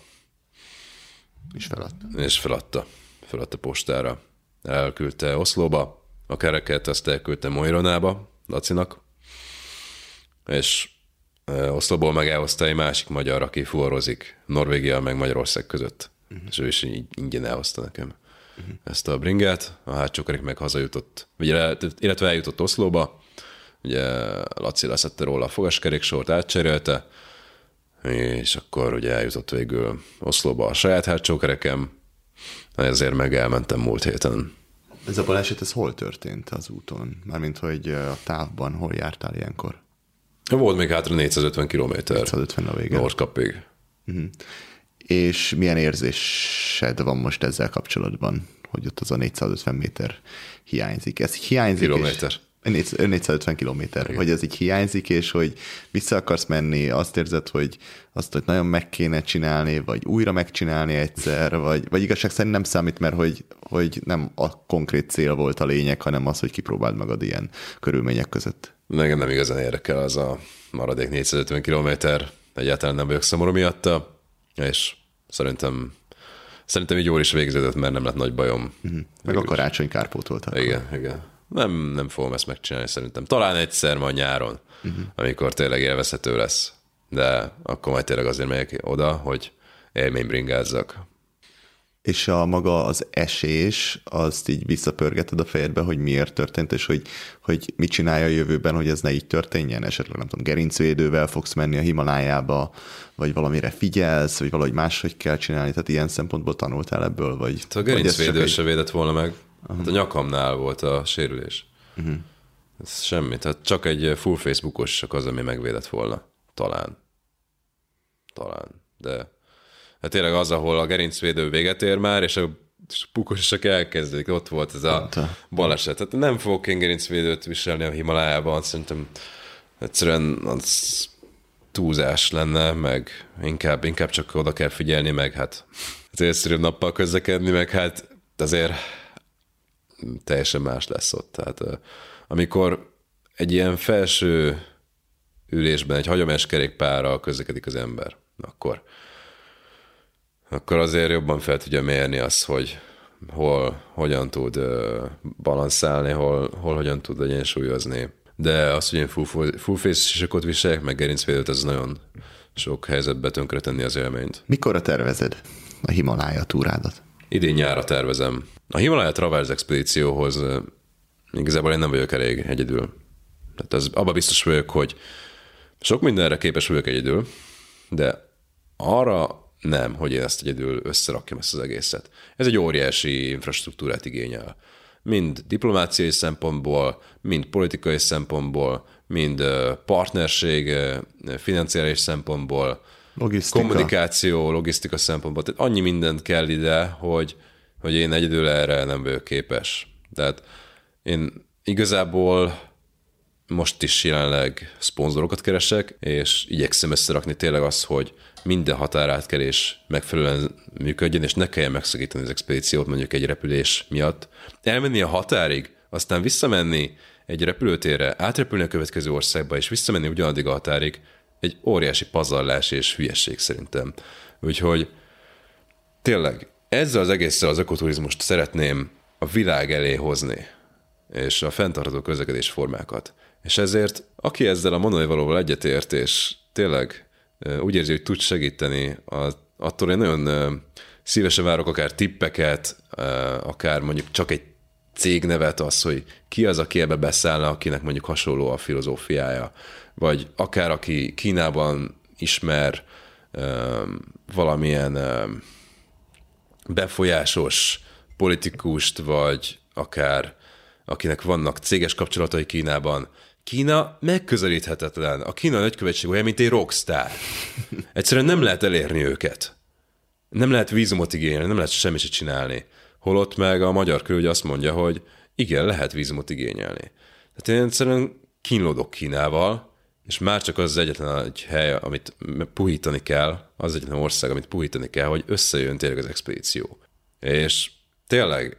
és feladta postára. Elküldte Oszlóba, a kereket azt elküldte Moironába, Lacinak, és Oszlóból meg elhozta egy másik magyar, aki fuvarozik Norvégia meg Magyarország között. És ő is ingyen elhozta nekem ezt a bringát. A hátsó kerék meg hazajutott, illetve eljutott Oszlóba. Ugye Laci leszette róla a fogaskeréksort, átcserélte, és akkor ugye eljutott végül Oszlóba a saját hátsó kerekem, ezért meg elmentem múlt héten. Ez a baleset, ez hol történt az úton? Mármint, hogy a távban hol jártál ilyenkor? Volt még hátra 450 kilométer. 450 a vége. Nordkapig. És milyen érzésed van most ezzel kapcsolatban, hogy ott az a 450 méter hiányzik? Ez hiányzik? Kilométer. 450 kilométer, hogy ez így hiányzik, és hogy vissza akarsz menni, azt érzed, hogy azt nagyon meg kéne csinálni, vagy újra megcsinálni egyszer, vagy igazság szerint nem számít, mert hogy nem a konkrét cél volt a lényeg, hanem az, hogy kipróbáld magad ilyen körülmények között. Nekem nem igazán érdekel az a maradék 450 kilométer, egyáltalán nem vagyok szomorú miatta, és szerintem így jól is végződött, mert nem lett nagy bajom. Meg a karácsony kárpótoltak. Igen. Nem fogom ezt megcsinálni szerintem. Talán egyszer majd nyáron, amikor tényleg élvezhető lesz. De akkor majd tényleg azért megyek oda, hogy élménybringázzak. És maga az esés, azt így visszapörgeted a fejedbe, hogy miért történt, és hogy mit csinálja a jövőben, hogy ez ne így történjen? Esetleg nem tudom, gerincvédővel fogsz menni a Himalájába, vagy valamire figyelsz, vagy valahogy máshogy kell csinálni, tehát ilyen szempontból tanultál ebből? Vagy, a gerincvédő se védett volna meg. Hát a nyakamnál volt a sérülés. Ez semmi, tehát csak egy full Facebookos csak az, ami megvédett volna. Talán. De hát tényleg az, ahol a gerincvédő véget ér már, és a pukos csak elkezdődik. Ott volt ez a baleset. Tehát nem fogok én gerincvédőt viselni a Himalájában, szerintem egyszerűen az túlzás lenne, meg inkább csak oda kell figyelni, meg hát az egyszerűbb nappal közlekedni, meg hát azért teljesen más lesz ott. Tehát amikor egy ilyen felső ülésben, egy hagyományos kerékpárral közlekedik az ember, akkor azért jobban fel tudja mérni azt, hogy hogyan tud balanszálni, hol hogyan tud egyensúlyozni. De az, hogy én full face-sisakot viseljek, meg gerincvédőt, ez nagyon sok helyzetbe tönkretenni az élményt. Mikorra tervezed a Himalája túrádat? Idén nyárra tervezem. A Himalája Traverse expedícióhoz igazából én nem vagyok elég egyedül. Tehát abba biztos vagyok, hogy sok mindenre képes vagyok egyedül, de arra nem, hogy én ezt egyedül összerakjam ezt az egészet. Ez egy óriási infrastruktúrát igényel. Mind diplomáciai szempontból, mind politikai szempontból, mind partnerség, financiális szempontból, kommunikáció, logisztika szempontból. Tehát annyi mindent kell ide, hogy én egyedül erre nem vagyok képes. Tehát én igazából most is jelenleg szponzorokat keresek, és igyekszem összerakni tényleg az, hogy minden határátkelés megfelelően működjön, és ne kelljen megszakítani az expedíciót mondjuk egy repülés miatt. Elmenni a határig, aztán visszamenni egy repülőtérre, átrepülni a következő országba, és visszamenni ugyanaddig a határig, egy óriási pazarlás és hülyesség szerintem. Úgyhogy tényleg ezzel az egésszel az ökoturizmust szeretném a világ elé hozni, és a fenntartható közlekedés formákat. És ezért, aki ezzel a mondani valóval egyetért, és tényleg úgy érzi, hogy tud segíteni, attól én nagyon szívesen várok akár tippeket, akár mondjuk csak egy cégnevet, az, hogy ki az, aki ebbe beszállna, akinek mondjuk hasonló a filozófiája, vagy akár aki Kínában ismer valamilyen befolyásos politikust, vagy akár akinek vannak céges kapcsolatai Kínában, Kína megközelíthetetlen. A kínai nagykövetség olyan, mint egy rockstar. Egyszerűen nem lehet elérni őket. Nem lehet vízumot igényelni, nem lehet semmit se csinálni. Holott meg a magyar külügy azt mondja, hogy igen, lehet vízumot igényelni. Tehát én egyszerűen kínlódok Kínával, és már csak az egyetlen egy hely, amit puhítani kell, az egyetlen ország, amit puhítani kell, hogy összejön tényleg az expedíció. És tényleg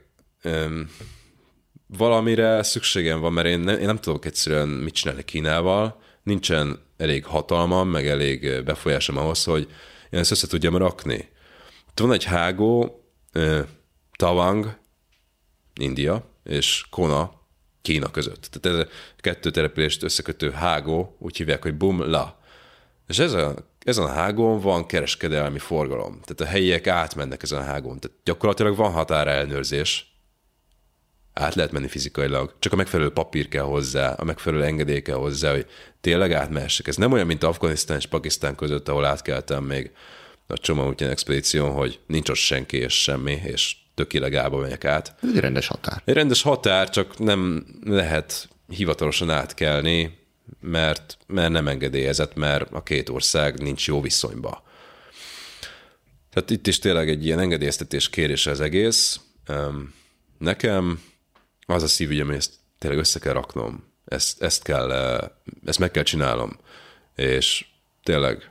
valamire szükségem van, mert én nem tudok egyszerűen mit csinálni Kínával, nincsen elég hatalmam, meg elég befolyásom ahhoz, hogy én ezt össze tudjam rakni. Van egy hágó, Tawang, India, és Kona, Kína között. Tehát ez a kettő települést összekötő hágó, úgy hívják, hogy Bumla. És ezen a hágón van kereskedelmi forgalom. Tehát a helyiek átmennek ezen a hágón. Tehát gyakorlatilag van határellenőrzés, át lehet menni fizikailag, csak a megfelelő papír kell hozzá, a megfelelő engedély kell hozzá, hogy tényleg átmehessek. Ez nem olyan, mint Afganisztán és Pakisztán között, ahol átkeltem még a Csoma útján expedíción, hogy nincs ott senki és semmi, és tök illegálba megyek át. Ez egy rendes határ. Egy rendes határ, csak nem lehet hivatalosan átkelni, mert nem engedélyezett, mert a két ország nincs jó viszonyba. Tehát itt is tényleg egy ilyen engedélyeztetés kérése az egész. Nekem az a szívügyem, hogy ezt tényleg össze kell raknom. Ezt meg kell csinálnom. És tényleg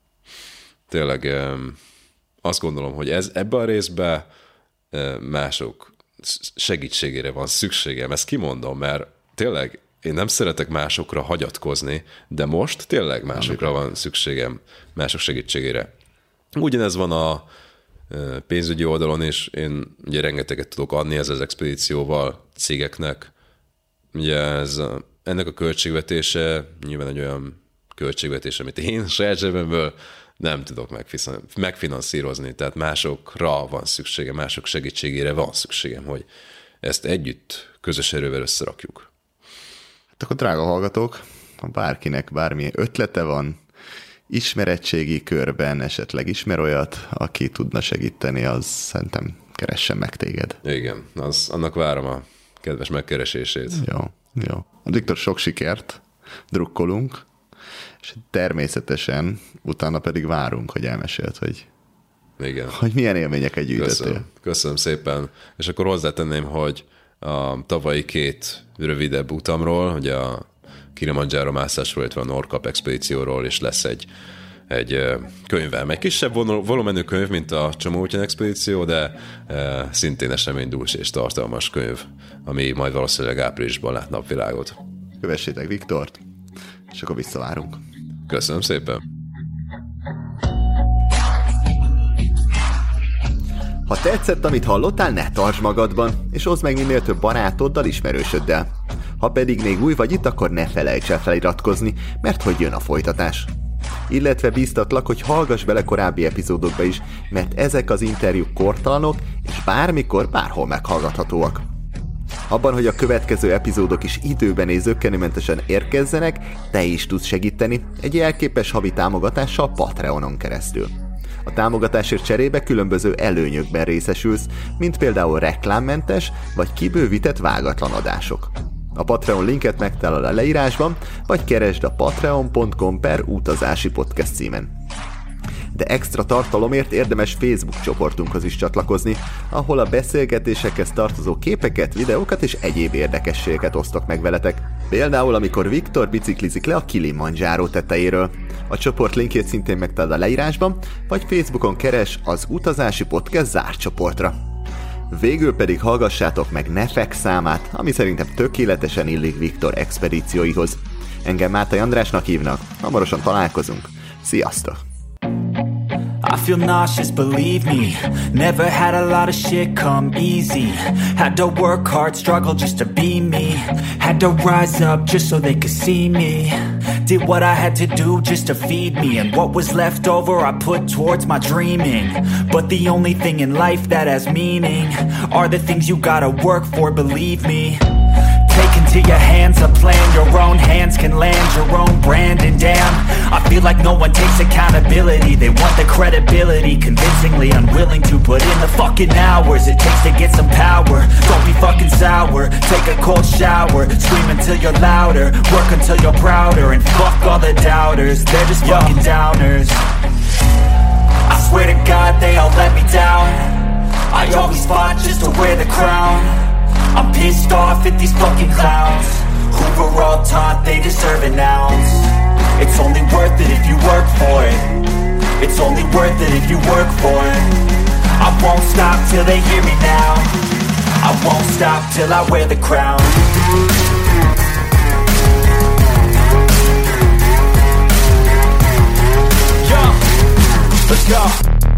azt gondolom, hogy ebben a részben mások segítségére van szükségem. Ezt kimondom, mert tényleg én nem szeretek másokra hagyatkozni, de most tényleg másokra van szükségem, mások segítségére. Ugyanez van a pénzügyi oldalon is, én ugye rengeteget tudok adni ez az expedícióval cégeknek. Ugye ennek a költségvetése nyilván egy olyan költségvetés, amit én saját zsebemből nem tudok megfinanszírozni, tehát másokra van szükségem, mások segítségére van szükségem, hogy ezt együtt, közös erővel összerakjuk. Hát akkor drága hallgatók, ha bárkinek bármilyen ötlete van, ismeretségi körben esetleg ismer olyat, aki tudna segíteni, az szerintem keressen meg téged. Igen, annak várom a kedves megkeresését. Jó. Viktor, sok sikert, drukkolunk, és természetesen utána pedig várunk, hogy elmeséld, hogy, igen, hogy milyen élményeket gyűjtöttél. Köszönöm szépen. És akkor hozzátenném, hogy a tavalyi 2 rövidebb utamról, hogy a Kilimanjaro mászásról, illetve a Nordkap expedícióról is lesz egy könyvem. Egy kisebb volumenű könyv, mint a Csoma útján expedíció, de szintén eseménydús és tartalmas könyv, ami majd valószínűleg áprilisban lát napvilágot. Kövessétek Viktort, és akkor visszavárunk. Köszönöm szépen! Ha tetszett, amit hallottál, ne tartsd magadban, és oszd meg minél több barátoddal, ismerősöddel. Ha pedig még új vagy itt, akkor ne felejts el feliratkozni, mert hogy jön a folytatás. Illetve bíztatlak, hogy hallgass bele korábbi epizódokba is, mert ezek az interjúk kortalanok, és bármikor, bárhol meghallgathatóak. Abban, hogy a következő epizódok is időben és zökkenőmentesen érkezzenek, te is tudsz segíteni egy jelképes havi támogatással Patreonon keresztül. A támogatásért cserébe különböző előnyökben részesülsz, mint például reklámmentes vagy kibővített vágatlan adások. A Patreon linket megtalál a leírásban, vagy keresd a patreon.com/utazási podcast címen. De extra tartalomért érdemes Facebook csoportunkhoz is csatlakozni, ahol a beszélgetésekhez tartozó képeket, videókat és egyéb érdekességeket osztok meg veletek. Például, amikor Viktor biciklizik le a Kilimanjaro tetejéről. A csoport linkjét szintén megtalálod a leírásban, vagy Facebookon keres az Utazási Podcast zárt csoportra. Végül pedig hallgassátok meg Nefek számát, ami szerintem tökéletesen illik Viktor expedícióihoz. Engem Mátai Andrásnak hívnak, hamarosan találkozunk. Sziasztok! I feel nauseous, believe me. Never had a lot of shit come easy. Had to work hard, struggle just to be me. Had to rise up just so they could see me. Did what I had to do just to feed me. And what was left over I put towards my dreaming. But the only thing in life that has meaning are the things you gotta work for, believe me. Taking into your hands a plan. Your own hands can land your own brand. And damn, I feel like no one takes accountability. They want the credibility, convincingly unwilling to put in the fucking hours it takes to get some power. Don't be fucking sour, take a cold shower. Scream until you're louder, work until you're prouder. And fuck all the doubters, they're just fucking downers. I swear to God they all let me down. I always fought just to wear the crown. I'm pissed off at these fucking clowns who were all taught they deserve an ounce. It's only worth it if you work for it. It's only worth it if you work for it. I won't stop till they hear me now. I won't stop till I wear the crown. Yo, let's go.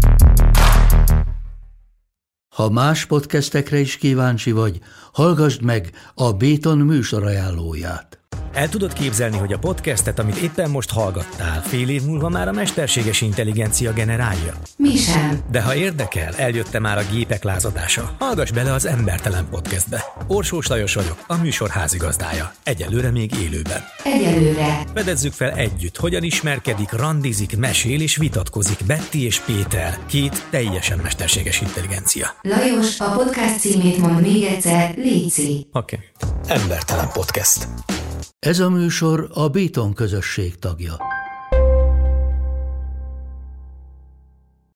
Ha más podcastekre is kíváncsi vagy, hallgassd meg a Béton műsor ajánlóját. El tudod képzelni, hogy a podcastet, amit éppen most hallgattál, fél év múlva már a mesterséges intelligencia generálja? Mi sem. De ha érdekel, eljött már a gépek lázadása. Hallgass bele az Embertelen Podcastbe. Orsós Lajos vagyok, a műsor házigazdája. Egyelőre még élőben. Egyelőre. Fedezzük fel együtt, hogyan ismerkedik, randizik, mesél és vitatkozik Betty és Péter, két teljesen mesterséges intelligencia. Lajos, a podcast címét mond még egyszer, léci. Oké. Embertelen Podcast. Ez a műsor a Béton közösség tagja.